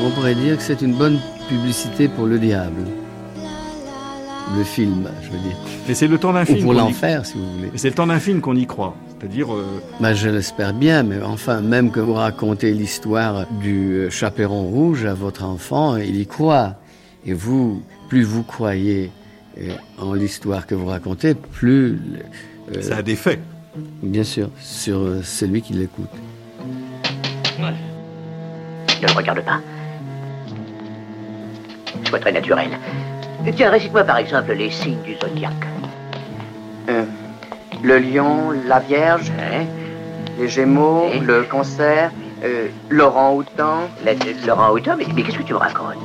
On pourrait dire que c'est une bonne publicité pour le diable. Le film, je veux dire. Et c'est le temps d'un Ou film. pour l'enfer, si vous voulez. Et c'est le temps d'un film qu'on y croit. C'est-à-dire. Je l'espère bien, mais enfin, même que vous racontez l'histoire du chaperon rouge à votre enfant, il y croit. Et vous, plus vous croyez en l'histoire que vous racontez, plus. Ça a des faits. Bien sûr, sur celui qui l'écoute. Ne le regarde pas. Sois très naturel. Tiens, récite-moi par exemple les signes du zodiaque. Le lion, la vierge, les gémeaux, le cancer, l'orang-outan. L'orang-outan, mais qu'est-ce que tu me racontes?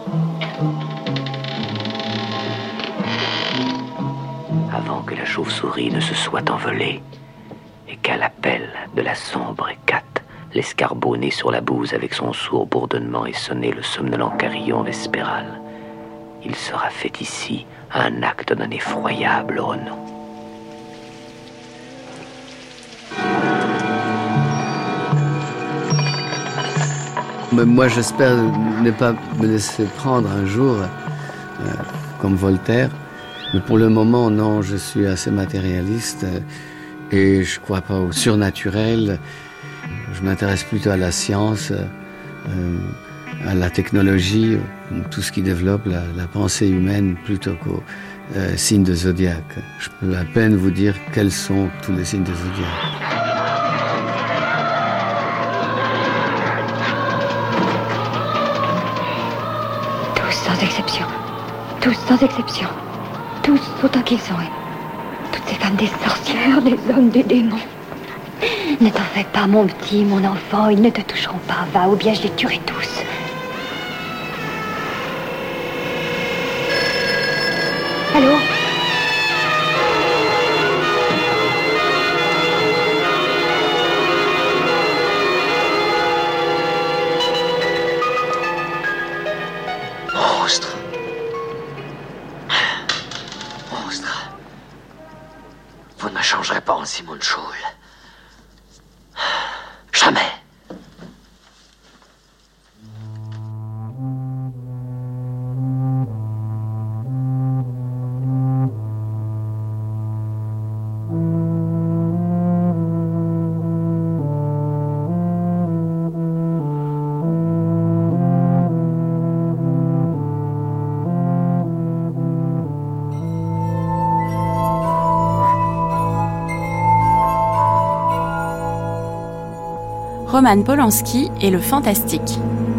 Avant que la chauve-souris ne se soit envolée et qu'à l'appel de la sombre hécate, l'escargot né sur la bouse avec son sourd bourdonnement et sonné le somnolent carillon vespéral, il sera fait ici un acte d'un effroyable renom. Mais moi, j'espère ne pas me laisser prendre un jour, comme Voltaire. Mais pour le moment, non, je suis assez matérialiste et je crois pas au surnaturel. Je m'intéresse plutôt à la science, à la technologie, tout ce qui développe la pensée humaine plutôt qu'aux signes de zodiaque. Je peux à peine vous dire quels sont tous les signes de zodiaque. Sans exception. Tous sans exception. Tous autant qu'ils sont. Toutes ces femmes des sorcières, des hommes, des démons. Ne t'en fais pas, mon petit, mon enfant, ils ne te toucheront pas. Va, ou bien je les tuerai tous. Allô? Monstre. Monstre. Vous ne me changerez pas en Simone Schul. Jamais. Roman Polanski et le fantastique.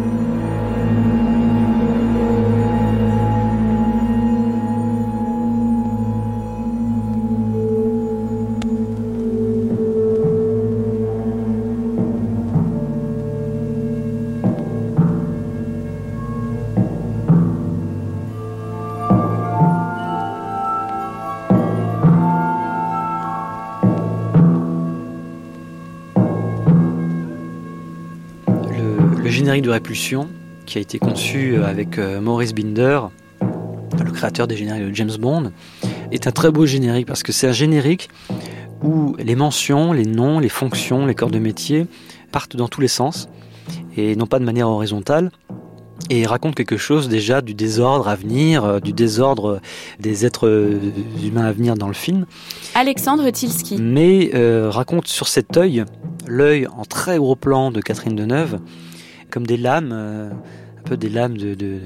Le générique de Répulsion, qui a été conçu avec Maurice Binder, le créateur des génériques de James Bond, est un très beau générique parce que c'est un générique où les mentions, les noms, les fonctions, les corps de métier partent dans tous les sens et non pas de manière horizontale et racontent quelque chose déjà du désordre à venir, du désordre des êtres humains à venir dans le film. Alexandre Tilski. Mais raconte sur cet œil, l'œil en très gros plan de Catherine Deneuve, comme des lames, un peu des lames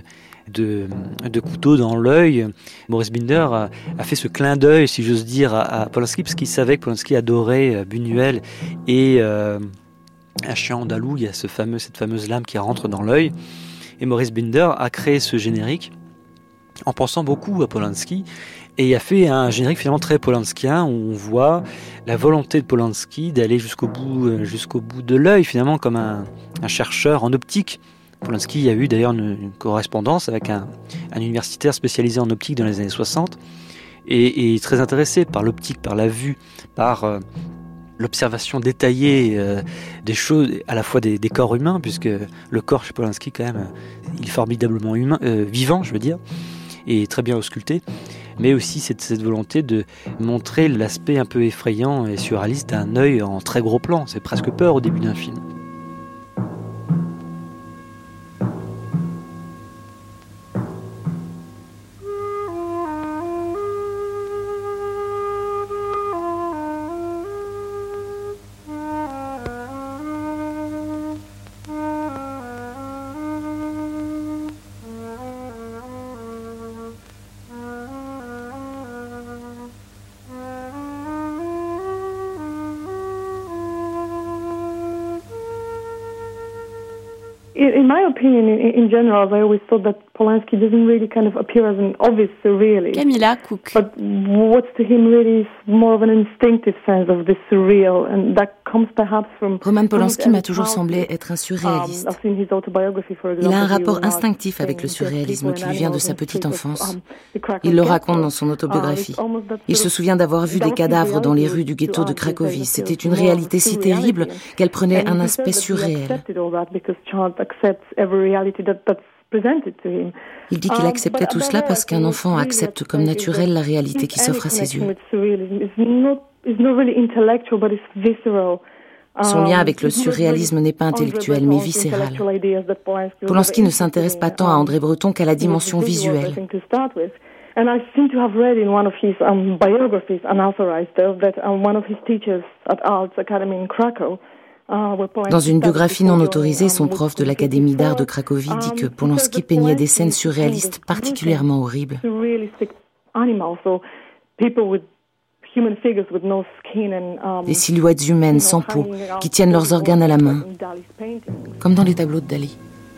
de couteau dans l'œil. Maurice Binder a fait ce clin d'œil, si j'ose dire, à Polanski, parce qu'il savait que Polanski adorait Buñuel et un chien andalou. Il y a cette fameuse lame qui rentre dans l'œil. Et Maurice Binder a créé ce générique en pensant beaucoup à Polanski. Et il a fait un générique finalement très polanskien où on voit la volonté de Polanski d'aller jusqu'au bout de l'œil, finalement comme un chercheur en optique. Polanski a eu d'ailleurs une correspondance avec un universitaire spécialisé en optique dans les années 60 et très intéressé par l'optique, par la vue, par l'observation détaillée des choses, à la fois des corps humains, puisque le corps chez Polanski quand même, il est formidablement vivant, je veux dire, et très bien ausculté, mais aussi cette volonté de montrer l'aspect un peu effrayant et surréaliste d'un œil en très gros plan. C'est presque peur au début d'un film. In my opinion, in general, I always thought that Polanski doesn't really kind of appear as an obvious surrealist. Camilla Cook. But what's to him really is more of an instinctive sense of the surreal, and that comes perhaps from... Roman Polanski m'a toujours semblé être un surréaliste. Il a un rapport instinctif avec le surréalisme qui lui vient de sa petite enfance. Il le raconte dans son autobiographie. Il se souvient d'avoir vu des cadavres dans les rues du ghetto de Cracovie. C'était une réalité si terrible qu'elle prenait un aspect surréel. Il dit qu'il acceptait tout cela parce qu'un enfant accepte comme naturel la réalité qui s'offre à ses yeux. Son lien avec le surréalisme n'est pas intellectuel, mais viscéral. Polanski ne s'intéresse pas tant à André Breton qu'à la dimension visuelle. And I seem to have read in one of his biographies, unauthorized, that one of his teachers at Arts Academy in Krakow. Dans une biographie non autorisée, son prof de l'Académie d'art de Cracovie dit que Polanski peignait des scènes surréalistes particulièrement horribles. Des silhouettes humaines sans peau qui tiennent leurs organes à la main, comme dans les tableaux de Dali.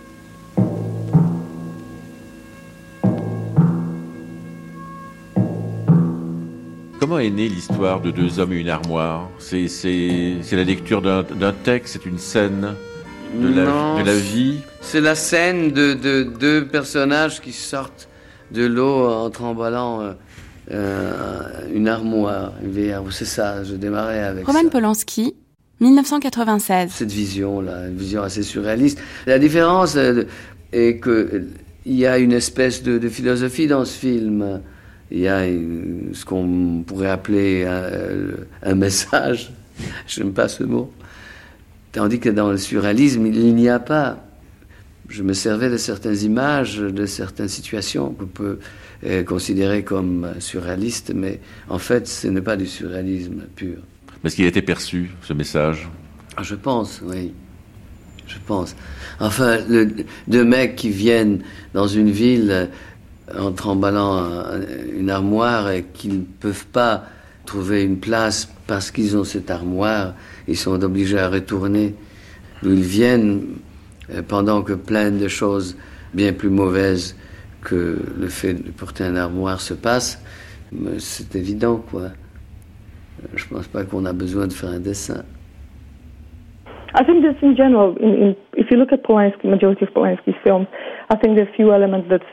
Comment est née l'histoire de Deux hommes et une armoire ? C'est la lecture d'un texte, c'est une scène de la vie ? C'est la scène de deux personnages qui sortent de l'eau en tremblant une armoire, une vieille armoire. C'est ça, je démarrais avec Roman Polanski, 1996. Cette vision-là, une vision assez surréaliste. La différence est qu'il y a une espèce de philosophie dans ce film. Il y a ce qu'on pourrait appeler un message, je n'aime pas ce mot, tandis que dans le surréalisme, il n'y a pas. Je me servais de certaines images, de certaines situations qu'on peut considérer comme surréalistes, mais en fait, ce n'est pas du surréalisme pur. Mais est-ce qu'il a été perçu, ce message ? Je pense, oui. Je pense. Enfin, deux mecs qui viennent dans une ville en tremblant une armoire et qu'ils ne peuvent pas trouver une place parce qu'ils ont cette armoire, ils sont obligés à retourner d'où ils viennent pendant que plein de choses bien plus mauvaises que le fait de porter une armoire se passent. C'est évident, quoi. Je pense pas qu'on a besoin de faire un dessin. I think that in general, if you look at Polanski, majority of Polanski's films, I think there are few elements that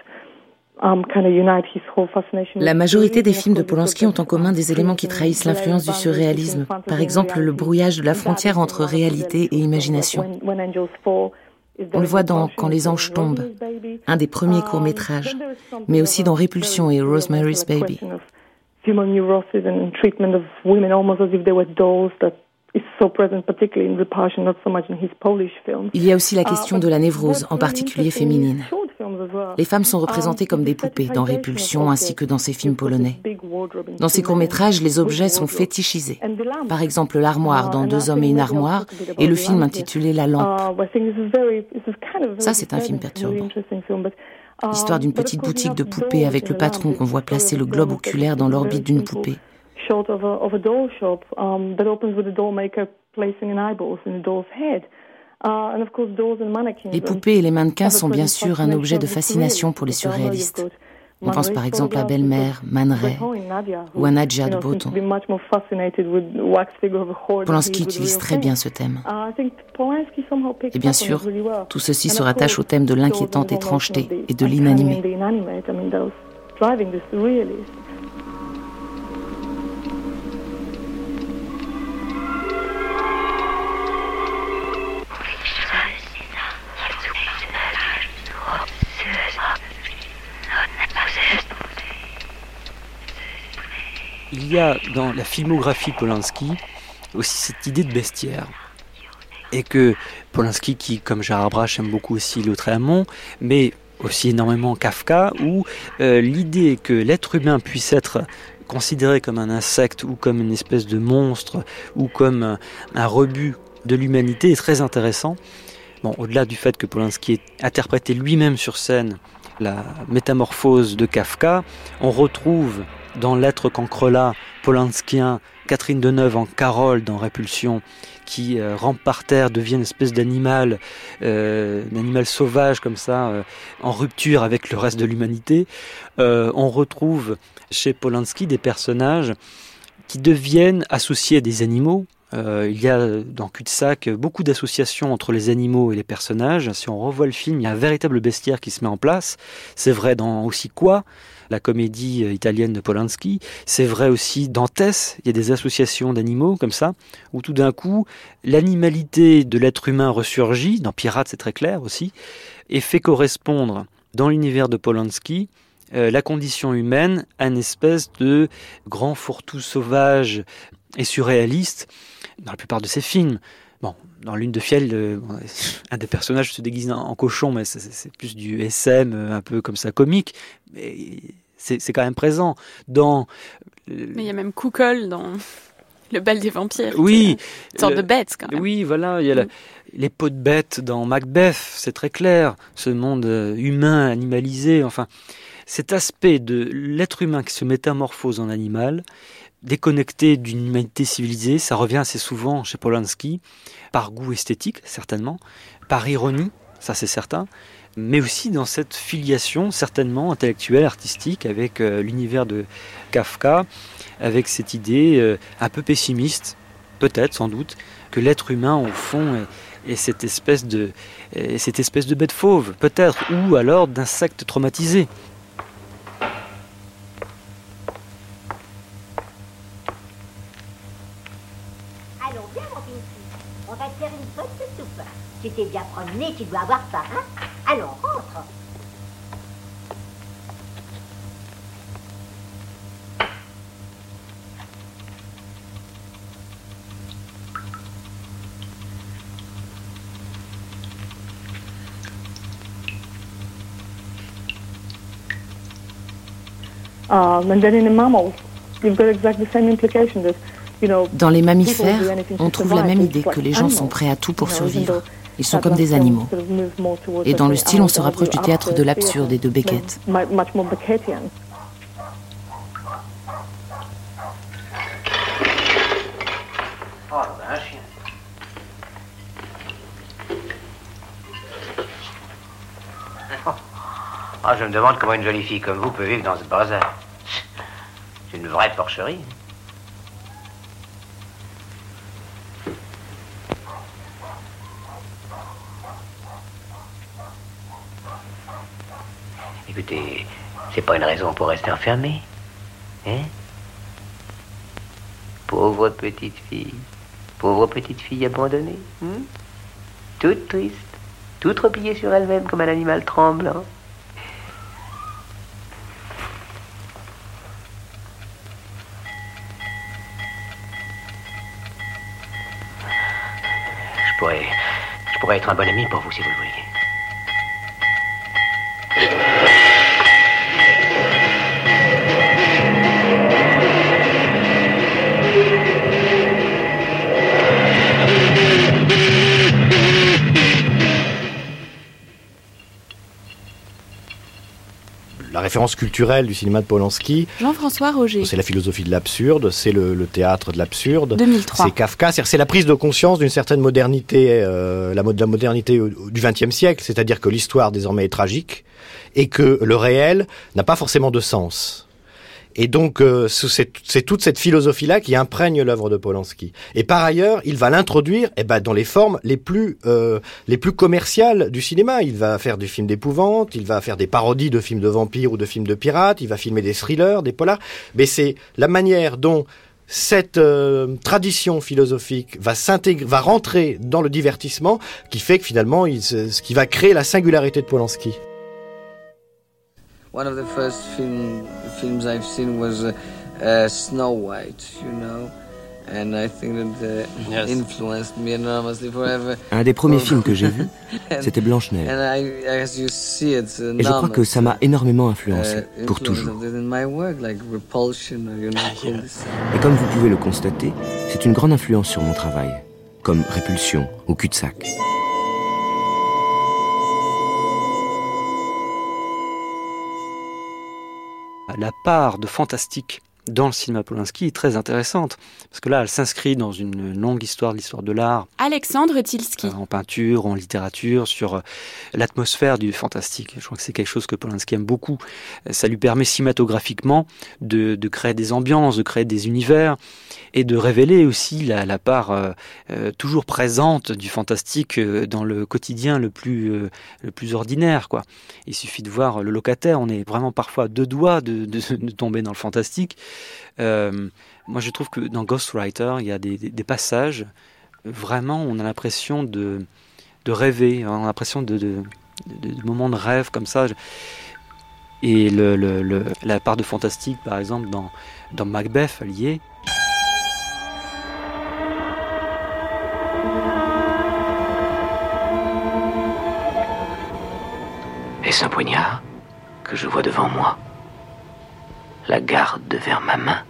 La majorité des films de Polanski ont en commun des éléments qui trahissent l'influence du surréalisme. Par exemple, le brouillage de la frontière entre réalité et imagination. On le voit dans Quand les anges tombent, un des premiers courts-métrages, mais aussi dans Répulsion et Rosemary's Baby. Il y a aussi la question de la névrose, en particulier féminine. Les femmes sont représentées comme des poupées dans Répulsion ainsi que dans ces films polonais. Dans ces courts-métrages, les objets sont fétichisés. Par exemple, l'armoire dans Deux hommes et une armoire et le film intitulé La lampe. Ça, c'est un film perturbant. L'histoire d'une petite boutique de poupées avec le patron qu'on voit placer le globe oculaire dans l'orbite d'une poupée. Les poupées et les mannequins sont bien sûr un objet de fascination pour les surréalistes. On pense par exemple à Belle-Mère, Man Ray ou à Nadja de Breton. Polanski utilise très bien ce thème. Et bien sûr, tout ceci se rattache au thème de l'inquiétante étrangeté et de l'inanimé. Il y a dans la filmographie Polanski aussi cette idée de bestiaire. Et que Polanski, qui comme Gérard Brache aime beaucoup aussi Lautréamont, mais aussi énormément Kafka, où l'idée que l'être humain puisse être considéré comme un insecte ou comme une espèce de monstre ou comme un rebut de l'humanité est très intéressant. Bon, au-delà du fait que Polanski ait interprété lui-même sur scène la métamorphose de Kafka, on retrouve dans L'être cancrelat polanskien, Catherine Deneuve en Carole dans Répulsion, qui rampe par terre, devient une espèce d'animal, un animal sauvage comme ça, en rupture avec le reste de l'humanité. On retrouve chez Polanski des personnages qui deviennent associés à des animaux. Il y a dans Cul-de-sac beaucoup d'associations entre les animaux et les personnages. Si on revoit le film, il y a un véritable bestiaire qui se met en place. C'est vrai dans aussi Quoi, la comédie italienne de Polanski. C'est vrai aussi dans Tess, il y a des associations d'animaux comme ça, où tout d'un coup, l'animalité de l'être humain ressurgit, dans Pirates c'est très clair aussi, et fait correspondre dans l'univers de Polanski la condition humaine à une espèce de grand fourre-tout sauvage et surréaliste dans la plupart de ses films. Bon, dans Lune de Fiel, un des personnages se déguise en cochon, mais c'est plus du SM, un peu comme ça, comique. Mais c'est quand même présent. Mais il y a même Kukol dans Le bal des vampires. Oui. Une sorte de bête, quand même. Oui, voilà. Il y a les peaux de bêtes dans Macbeth, c'est très clair. Ce monde humain, animalisé, enfin... Cet aspect de l'être humain qui se métamorphose en animal, déconnecté d'une humanité civilisée, ça revient assez souvent chez Polanski, par goût esthétique certainement, par ironie, ça c'est certain, mais aussi dans cette filiation certainement intellectuelle, artistique, avec l'univers de Kafka, avec cette idée un peu pessimiste, peut-être sans doute, que l'être humain au fond est cette espèce de bête fauve, peut-être, ou alors d'insecte traumatisé. Tu t'es bien promené, tu dois avoir faim, hein? Allons, rentre. And then in the mammals, you've got exactly the same implication that, dans les mammifères, on trouve la même idée que les gens sont prêts à tout pour survivre. Ils sont comme des animaux. Et dans le style, on se rapproche du théâtre de l'absurde et de Beckett. Oh je me demande comment une jolie fille comme vous peut vivre dans ce bazar. C'est une vraie porcherie. Écoutez, c'est pas une raison pour rester enfermé. Hein? Pauvre petite fille abandonnée. Toute triste, toute repliée sur elle-même comme un animal tremblant. Je pourrais être un bon ami pour vous si vous le vouliez. La référence culturelle du cinéma de Polanski, Jean-François Roger. C'est la philosophie de l'absurde, c'est le théâtre de l'absurde. 2003. C'est Kafka, c'est la prise de conscience d'une certaine modernité, la modernité du XXe siècle, c'est-à-dire que l'histoire désormais est tragique et que le réel n'a pas forcément de sens. Et donc, c'est toute cette philosophie-là qui imprègne l'œuvre de Polanski. Et par ailleurs, il va l'introduire dans les formes les plus commerciales du cinéma. Il va faire du film d'épouvante, il va faire des parodies de films de vampires ou de films de pirates, il va filmer des thrillers, des polars. Mais c'est la manière dont cette tradition philosophique va rentrer dans le divertissement qui fait que finalement, ce qui va créer la singularité de Polanski. One of the first films I've seen was Snow White, and I think that influenced me enormously forever. Un des premiers films que j'ai vu, c'était Blanche-Neige. Et je crois que ça m'a énormément influencé, pour toujours. Et comme vous pouvez le constater, c'est une grande influence sur mon travail, comme Répulsion ou Cul-de-sac. La part de fantastique dans le cinéma Polanski est très intéressante, parce que là, elle s'inscrit dans une longue histoire de l'histoire de l'art. Alexandre Tilski. En peinture, en littérature, sur l'atmosphère du fantastique. Je crois que c'est quelque chose que Polanski aime beaucoup. Ça lui permet cinématographiquement de créer des ambiances, de créer des univers, et de révéler aussi la part toujours présente du fantastique dans le quotidien le plus ordinaire, quoi. Il suffit de voir Le Locataire, on est vraiment parfois à deux doigts de tomber dans le fantastique. Moi je trouve que dans Ghostwriter il y a des passages vraiment on a l'impression de rêver, on a l'impression de moments de rêve comme ça, et la part de fantastique par exemple dans Macbeth liée. Est-ce un poignard que je vois devant moi? La garde vers ma main.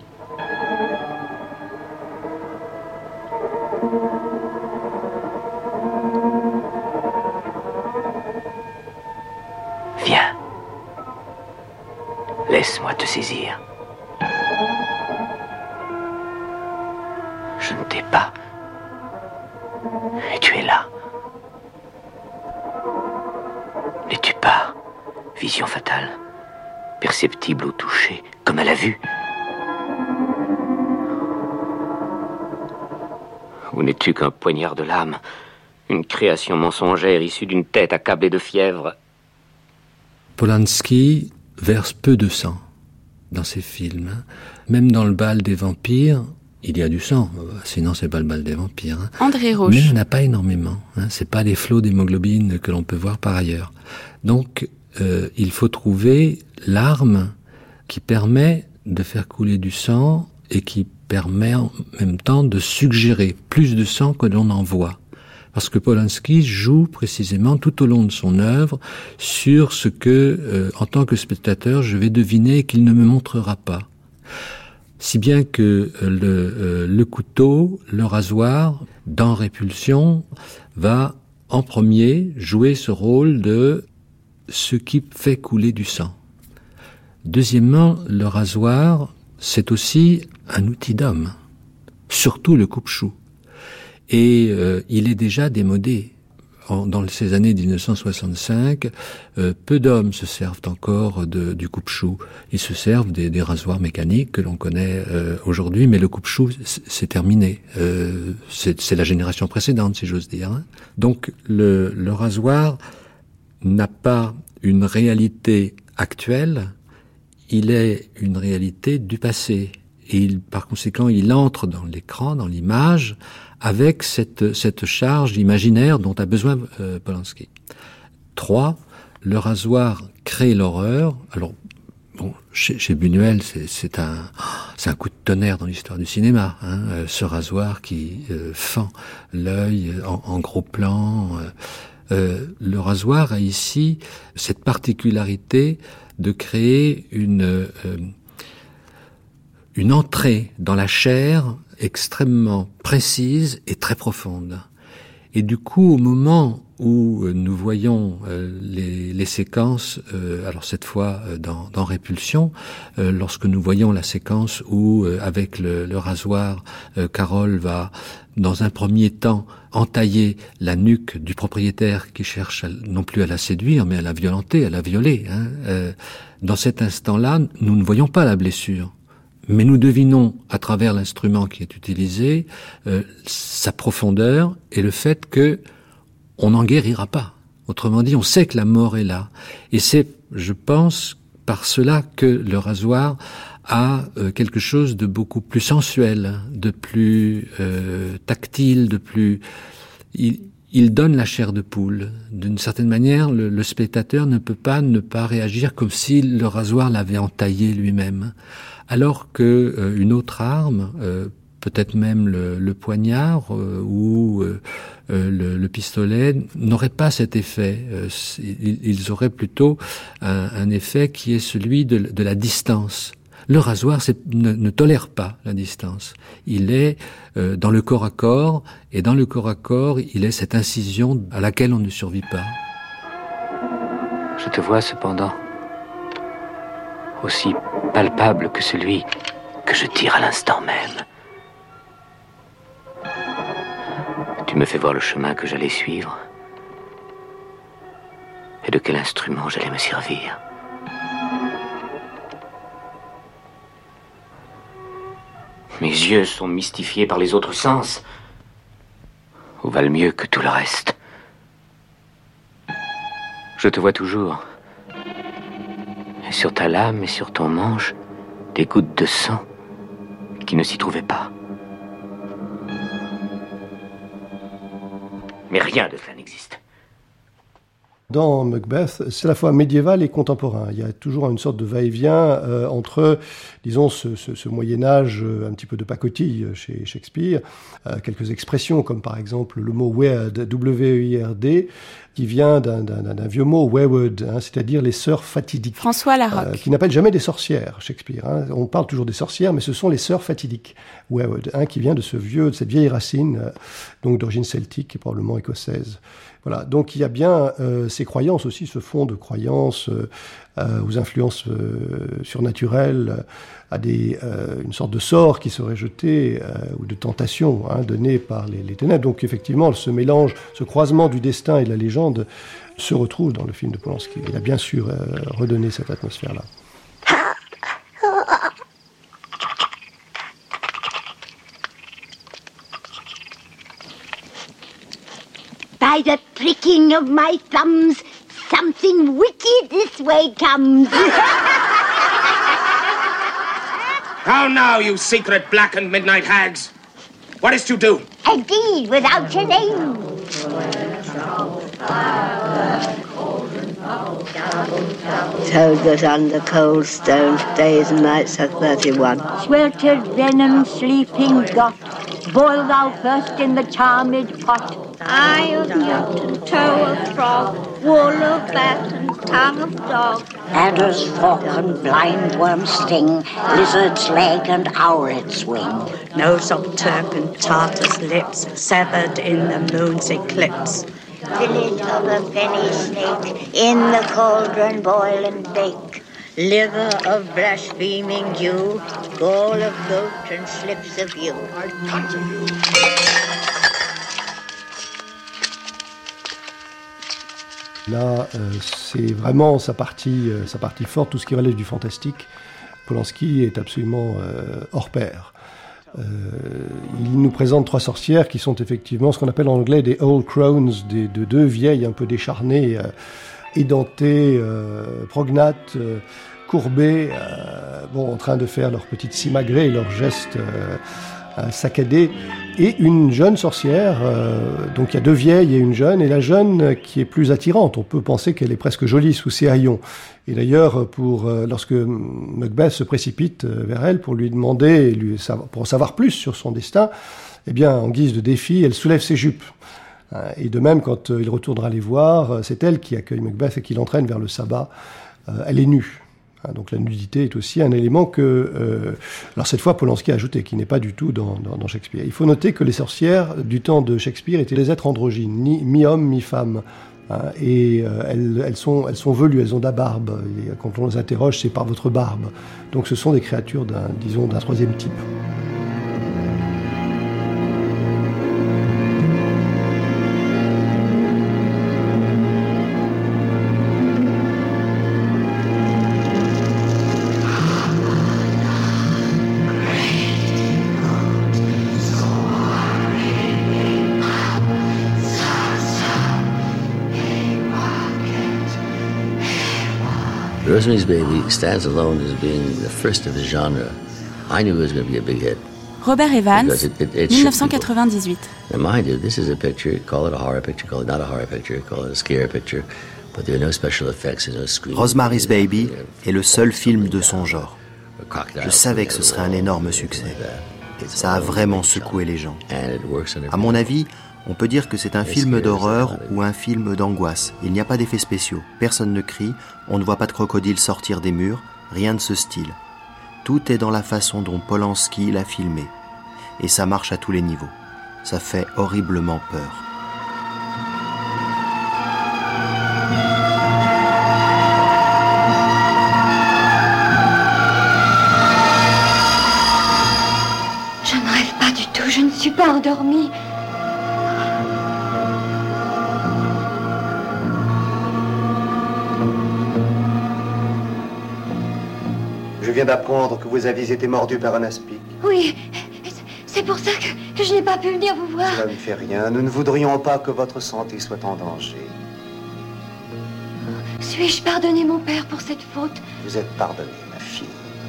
Viens. Laisse-moi te saisir. Je ne t'ai pas. Et tu es là. N'es-tu pas? Vision fatale. Perceptible au toucher, comme à la vue. Ou n'es-tu qu'un poignard de l'âme, une création mensongère issue d'une tête accablée de fièvre? Polanski verse peu de sang dans ses films. Même dans Le Bal des vampires, il y a du sang, sinon c'est pas Le Bal des vampires. André Roche. Mais il n'y en a pas énormément. C'est pas les flots d'hémoglobine que l'on peut voir par ailleurs. Donc, il faut trouver l'arme qui permet de faire couler du sang et qui permet en même temps de suggérer plus de sang que l'on en voit. Parce que Polanski joue précisément tout au long de son œuvre sur ce que, en tant que spectateur, je vais deviner et qu'il ne me montrera pas. Si bien que le couteau, le rasoir, dans Répulsion, va en premier jouer ce rôle de ce qui fait couler du sang. Deuxièmement, le rasoir, c'est aussi un outil d'homme, surtout le coupe-chou. Et il est déjà démodé. Dans ces années 1965, peu d'hommes se servent encore du coupe-chou. Ils se servent des rasoirs mécaniques que l'on connaît aujourd'hui, mais le coupe-chou, c'est terminé. C'est la génération précédente, si j'ose dire. Hein. Donc le rasoir n'a pas une réalité actuelle, il est une réalité du passé. Et par conséquent, il entre dans l'écran, dans l'image, avec cette charge imaginaire dont a besoin Polanski. 3, le rasoir crée l'horreur. Alors, bon, chez Buñuel, c'est un coup de tonnerre dans l'histoire du cinéma. Hein, ce rasoir qui fend l'œil en gros plan. Le rasoir a ici cette particularité de créer une entrée dans la chair extrêmement précise et très profonde. Et du coup, au moment où nous voyons les séquences, alors cette fois dans Répulsion, lorsque nous voyons la séquence où, avec le rasoir, Carole va, dans un premier temps, entailler la nuque du propriétaire qui cherche non plus à la séduire, mais à la violenter, à la violer. Hein. Dans cet instant-là, nous ne voyons pas la blessure. Mais nous devinons, à travers l'instrument qui est utilisé, sa profondeur et le fait que on n'en guérira pas. Autrement dit, on sait que la mort est là. Et c'est, je pense, par cela que le rasoir a quelque chose de beaucoup plus sensuel, de plus tactile, de plus... Il donne la chair de poule. D'une certaine manière, le spectateur ne peut pas ne pas réagir comme si le rasoir l'avait entaillé lui-même. Alors que une autre arme, peut-être même le poignard ou le pistolet, n'aurait pas cet effet. Ils auraient plutôt un effet qui est celui de la distance. Le rasoir ne tolère pas la distance. Il est dans le corps à corps, et dans le corps à corps, il est cette incision à laquelle on ne survit pas. Je te vois cependant, aussi palpable que celui que je tire à l'instant même. Tu me fais voir le chemin que j'allais suivre et de quel instrument j'allais me servir. Mes yeux sont mystifiés par les autres sens, ou valent mieux que tout le reste. Je te vois toujours. Et sur ta lame et sur ton manche, des gouttes de sang qui ne s'y trouvaient pas. Mais rien de cela n'existe. Dans Macbeth, c'est à la fois médiéval et contemporain. Il y a toujours une sorte de va-et-vient entre, disons, ce Moyen-Âge un petit peu de pacotille chez Shakespeare, quelques expressions comme par exemple le mot weird, W-E-I-R-D, qui vient d'un vieux mot, wayward, c'est-à-dire les sœurs fatidiques. François Larocque. Qui n'appelle jamais des sorcières, Shakespeare. On parle toujours des sorcières, mais ce sont les sœurs fatidiques, wayward, qui vient de cette vieille racine, donc d'origine celtique et probablement écossaise. Voilà, donc il y a bien ces croyances aussi, ce fond de croyances aux influences surnaturelles, à une sorte de sort qui serait jeté, ou de tentation donnée par les ténèbres. Donc effectivement, ce mélange, ce croisement du destin et de la légende se retrouve dans le film de Polanski. Il a bien sûr redonné cette atmosphère-là. By the pricking of my thumbs, something wicked this way comes. How now, you secret black and midnight hags? What is to do? A deed without your name. Toad goes under cold stone, days and nights are 31. Sweltered venom sleeping got, boil thou first in the charmed pot. Eye of newt and toe of frog, wool of bat and tongue of dog. Adder's fork and blindworm sting, lizard's leg and owlet's wing. Nose of Turk and Tartar's lips, severed in the moon's eclipse. Fillet of a fenny snake, in the cauldron boil and bake. Liver of blaspheming Jew, gall of goat and slips of yew. Là, c'est vraiment sa partie forte, tout ce qui relève du fantastique. Polanski est absolument hors pair. Il nous présente trois sorcières qui sont effectivement ce qu'on appelle en anglais des old crones, de deux vieilles un peu décharnées, édentées, prognates, courbées, en train de faire leur petite simagrée et leurs gestes saccadés, et une jeune sorcière, donc il y a deux vieilles et une jeune, et la jeune qui est plus attirante, on peut penser qu'elle est presque jolie sous ses haillons. Et d'ailleurs, lorsque Macbeth se précipite vers elle pour lui demander, pour en savoir plus sur son destin, eh bien, en guise de défi, elle soulève ses jupes. Et de même, quand il retournera les voir, c'est elle qui accueille Macbeth et qui l'entraîne vers le sabbat. Elle est nue. Donc la nudité est aussi un élément que, alors cette fois Polanski a ajouté, qui n'est pas du tout dans Shakespeare. Il faut noter que les sorcières du temps de Shakespeare étaient des êtres androgynes, mi-homme, mi-femme. Et elles sont velues, elles ont de la barbe. Et quand on les interroge, c'est par votre barbe. Donc ce sont des créatures d'un troisième type. Rosemary's Baby stands alone as being the first of his genre. I knew it was going to be a big hit. Robert Evans, it 1998. Now mind you, this is a picture, call it a horror picture, call it not a horror picture, call it a scare picture, but there are no special effects and no screams. Rosemary's Baby est le seul film de son genre. Je savais que ce serait un énorme succès. Ça a vraiment secoué les gens. À mon avis, on peut dire que c'est un film d'horreur ou un film d'angoisse. Il n'y a pas d'effets spéciaux, personne ne crie, on ne voit pas de crocodile sortir des murs, rien de ce style. Tout est dans la façon dont Polanski l'a filmé. Et ça marche à tous les niveaux. Ça fait horriblement peur. dormi. Je viens d'apprendre que vous aviez été mordu par un aspic. Oui, c'est pour ça que je n'ai pas pu venir vous voir. Ça ne fait rien. Nous ne voudrions pas que votre santé soit en danger. Suis-je pardonné mon père pour cette faute? Vous êtes pardonnée, ma fille.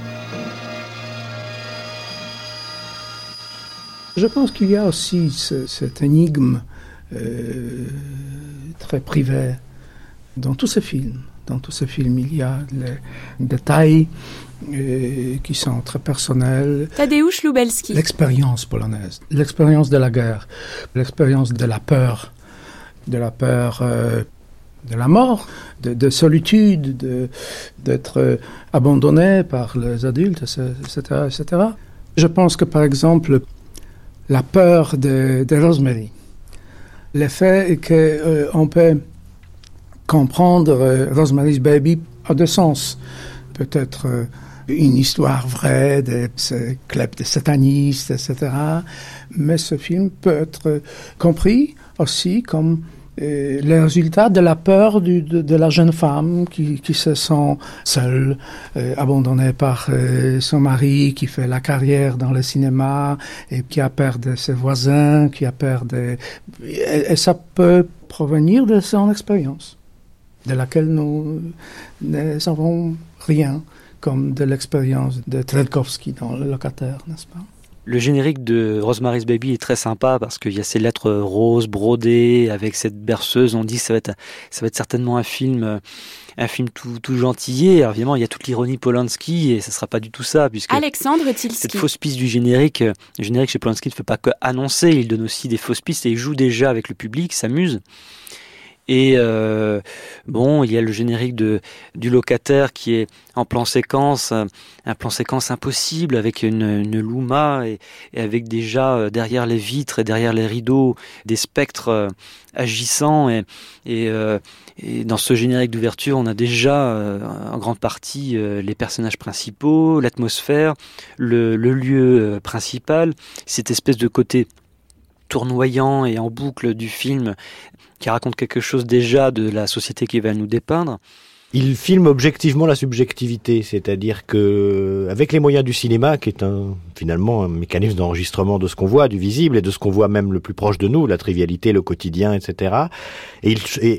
Je pense qu'il y a aussi cette énigme très privée dans tous ces films. Dans tous ces films, il y a les détails qui sont très personnels. Tadeusz Lubelski. L'expérience polonaise, l'expérience de la guerre, l'expérience de la peur, de la mort, de solitude, d'être abandonné par les adultes, etc., etc. Je pense que, par exemple, la peur de Rosemary, le fait qu'on peut comprendre Rosemary's Baby a deux sens. Peut-être une histoire vraie de ce club de satanistes, etc. Mais ce film peut être compris aussi comme le résultat de la peur de la jeune femme qui se sent seule, abandonnée par son mari, qui fait la carrière dans le cinéma et qui a peur de ses voisins, qui a peur de... Et ça peut provenir de son expérience, de laquelle nous ne savons rien, comme de l'expérience de Trelkowski dans Le Locataire, n'est-ce pas? Le générique de Rosemary's Baby est très sympa parce qu'il y a ces lettres roses brodées avec cette berceuse. On dit que ça va être certainement un film tout gentillet. Alors évidemment, il y a toute l'ironie Polanski et ça sera pas du tout ça, puisque Alexandre Tilski. Cette fausse piste du générique, le générique chez Polanski ne fait pas que annoncer, il donne aussi des fausses pistes et il joue déjà avec le public, s'amuse. Et il y a le générique du Locataire qui est en plan séquence, un plan séquence impossible avec une Luma et avec déjà derrière les vitres et derrière les rideaux des spectres agissants. Et dans ce générique d'ouverture, on a déjà en grande partie les personnages principaux, l'atmosphère, le lieu principal, cette espèce de côté tournoyant et en boucle du film qui raconte quelque chose déjà de la société qui va nous dépeindre. Il filme objectivement la subjectivité, c'est-à-dire que, avec les moyens du cinéma, qui est finalement un mécanisme d'enregistrement de ce qu'on voit, du visible, et de ce qu'on voit même le plus proche de nous, la trivialité, le quotidien, etc. Et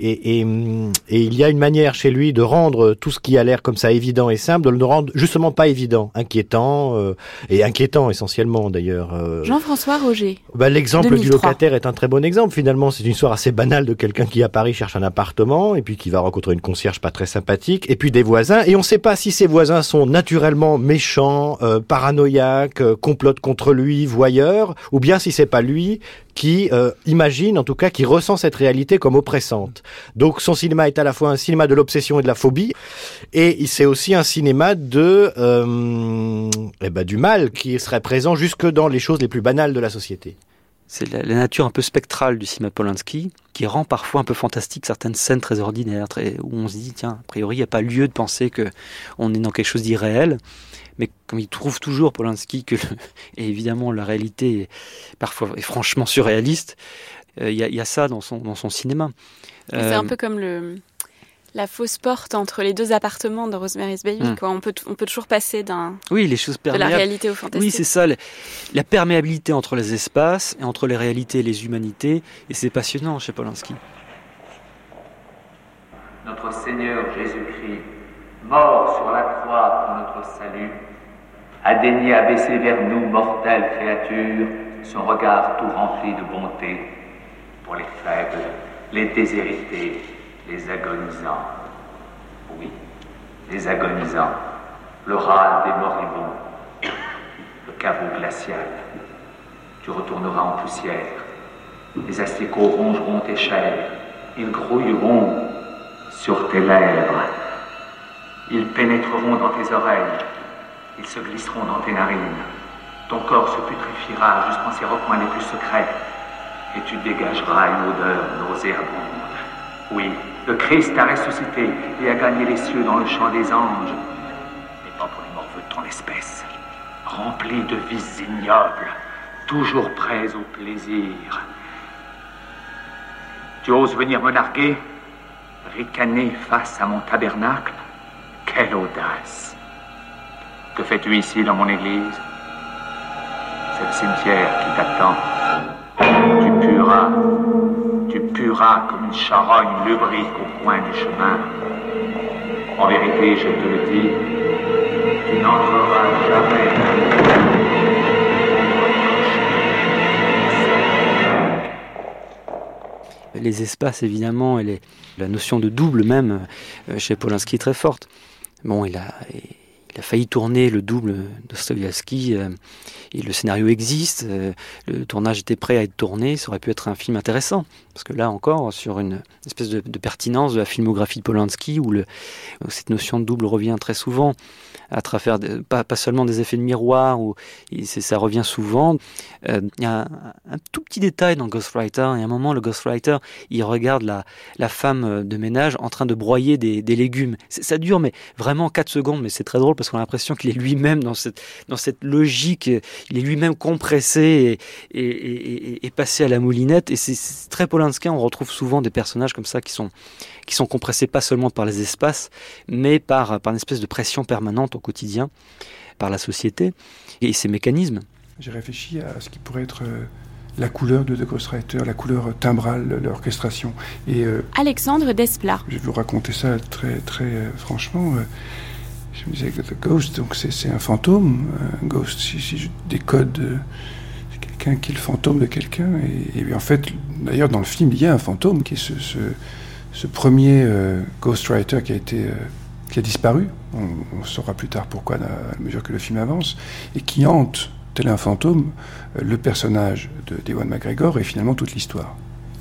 il y a une manière chez lui de rendre tout ce qui a l'air comme ça évident et simple, de le rendre justement pas évident, inquiétant, et inquiétant essentiellement d'ailleurs. Jean-François Roger. L'exemple 2003. du Locataire est un très bon exemple. Finalement, c'est une histoire assez banale de quelqu'un qui à Paris cherche un appartement, et puis qui va rencontrer une concierge pas très sympathique, et puis des voisins, et on ne sait pas si ces voisins sont naturellement méchants, paranoïaques, complotent contre lui, voyeurs, ou bien si c'est pas lui qui imagine, en tout cas, qui ressent cette réalité comme oppressante. Donc son cinéma est à la fois un cinéma de l'obsession et de la phobie, et c'est aussi un cinéma du mal qui serait présent jusque dans les choses les plus banales de la société. C'est la nature un peu spectrale du cinéma Polanski qui rend parfois un peu fantastique certaines scènes très ordinaires, où on se dit, tiens, a priori, il n'y a pas lieu de penser qu'on est dans quelque chose d'irréel. Mais comme il trouve toujours Polanski et évidemment la réalité parfois est franchement surréaliste, il y a ça dans son cinéma. C'est un peu comme la fausse porte entre les deux appartements de Rosemary's Baby. Quoi. On peut toujours passer les choses de la réalité au fantastique. Oui, c'est ça, la perméabilité entre les espaces et entre les réalités et les humanités. Et c'est passionnant chez Polanski. Notre Seigneur Jésus-Christ, mort sur la croix pour notre salut, a daigné abaisser vers nous, mortelles créatures, son regard tout rempli de bonté pour les faibles, les déshérités, les agonisants. Oui, les agonisants. Le râle des moribonds. Le caveau glacial. Tu retourneras en poussière. Les asticots rongeront tes chairs. Ils grouilleront sur tes lèvres. Ils pénétreront dans tes oreilles. Ils se glisseront dans tes narines. Ton corps se putréfiera jusqu'en ses recoins les plus secrets. Et tu dégageras une odeur nauséabonde. Oui, le Christ a ressuscité et a gagné les cieux dans le chant des anges. Mais pas pour les morveux de ton espèce. Remplis de vices ignobles, toujours prêts au plaisir. Tu oses venir me narguer, ricaner face à mon tabernacle? Quelle audace! Que fais-tu ici dans mon église? C'est le cimetière qui t'attend. Tu pueras comme une charogne lubrique au coin du chemin. En vérité, je te le dis, tu n'entreras jamais. Les espaces, évidemment, et la notion de double même, chez Polanski est très forte. Bon, il a failli tourner le double de Dostoïevski, et le scénario existe, le tournage était prêt à être tourné, ça aurait pu être un film intéressant, parce que là encore, sur une espèce de pertinence de la filmographie de Polanski, où cette notion de double revient très souvent, à travers pas seulement des effets de miroir, ça revient souvent. Il y a un tout petit détail dans Ghostwriter, il y a un moment, le Ghostwriter, il regarde la femme de ménage en train de broyer des légumes. Ça dure, mais vraiment 4 secondes, mais c'est très drôle, parce qu'on a l'impression qu'il est lui-même dans cette logique, il est lui-même compressé et passé à la moulinette, et c'est très Polanskien. On retrouve souvent des personnages comme ça qui sont compressés pas seulement par les espaces, mais par une espèce de pression permanente au quotidien, par la société et ses mécanismes. J'ai réfléchi à ce qui pourrait être la couleur de The Ghostwriter, la couleur timbrale, l'orchestration. Et Alexandre Desplat. Je vais vous raconter ça très, très franchement. Je me disais que The Ghost, donc c'est un fantôme. Un ghost, si je décode, c'est quelqu'un qui est le fantôme de quelqu'un. Et en fait, d'ailleurs, dans le film, il y a un fantôme qui est ce premier Ghostwriter qui a disparu. On saura plus tard pourquoi, à mesure que le film avance, et qui hante, tel un fantôme, le personnage d'Ewan McGregor et finalement toute l'histoire.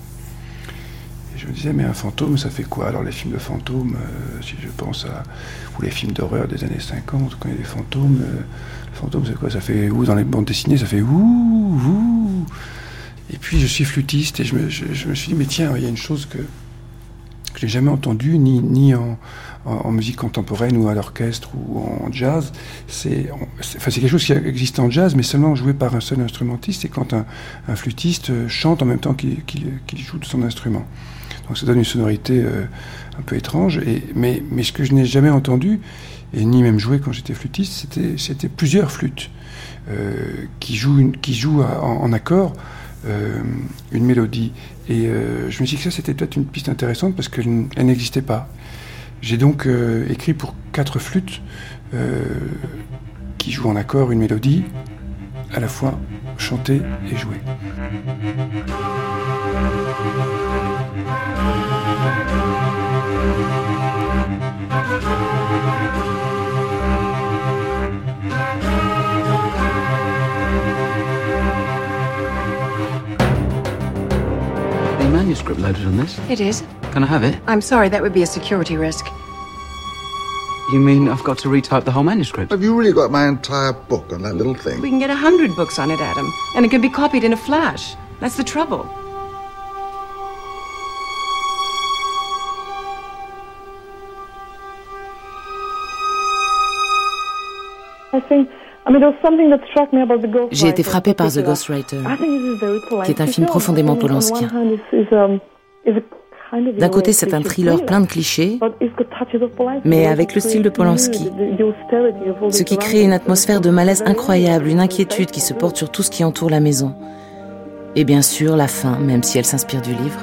Et je me disais, mais un fantôme, ça fait quoi? Alors les films de fantômes, si je pense ou les films d'horreur des années 50, quand il y a des fantômes, le fantôme c'est quoi? Ça fait ouh, dans les bandes dessinées, ça fait ouh. Et puis je suis flûtiste et je me suis dit, mais tiens, il y a une chose que je n'ai jamais entendue, ni en musique contemporaine ou à l'orchestre ou en jazz. C'est quelque chose qui existe en jazz, mais seulement joué par un seul instrumentiste. C'est quand un flûtiste chante en même temps qu'il joue de son instrument. Donc ça donne une sonorité un peu étrange. Mais ce que je n'ai jamais entendu, et ni même joué quand j'étais flûtiste, c'était plusieurs flûtes qui jouent en accord une mélodie. Et je me suis dit que ça, c'était peut-être une piste intéressante parce qu'elle n'existait pas. J'ai donc écrit pour 4 flûtes qui jouent en accord une mélodie, à la fois chantée et jouée. Manuscript loaded on this? It is. Can I have it? I'm sorry, that would be a security risk. You mean I've got to retype the whole manuscript? Have you really got my entire book on that little thing? We can get 100 books on it, Adam, and it can be copied in a flash. That's the trouble. J'ai été frappée par The Ghostwriter, qui est un film profondément polanskien. D'un côté, c'est un thriller plein de clichés, mais avec le style de Polanski, ce qui crée une atmosphère de malaise incroyable, une inquiétude qui se porte sur tout ce qui entoure la maison. Et bien sûr, la fin, même si elle s'inspire du livre.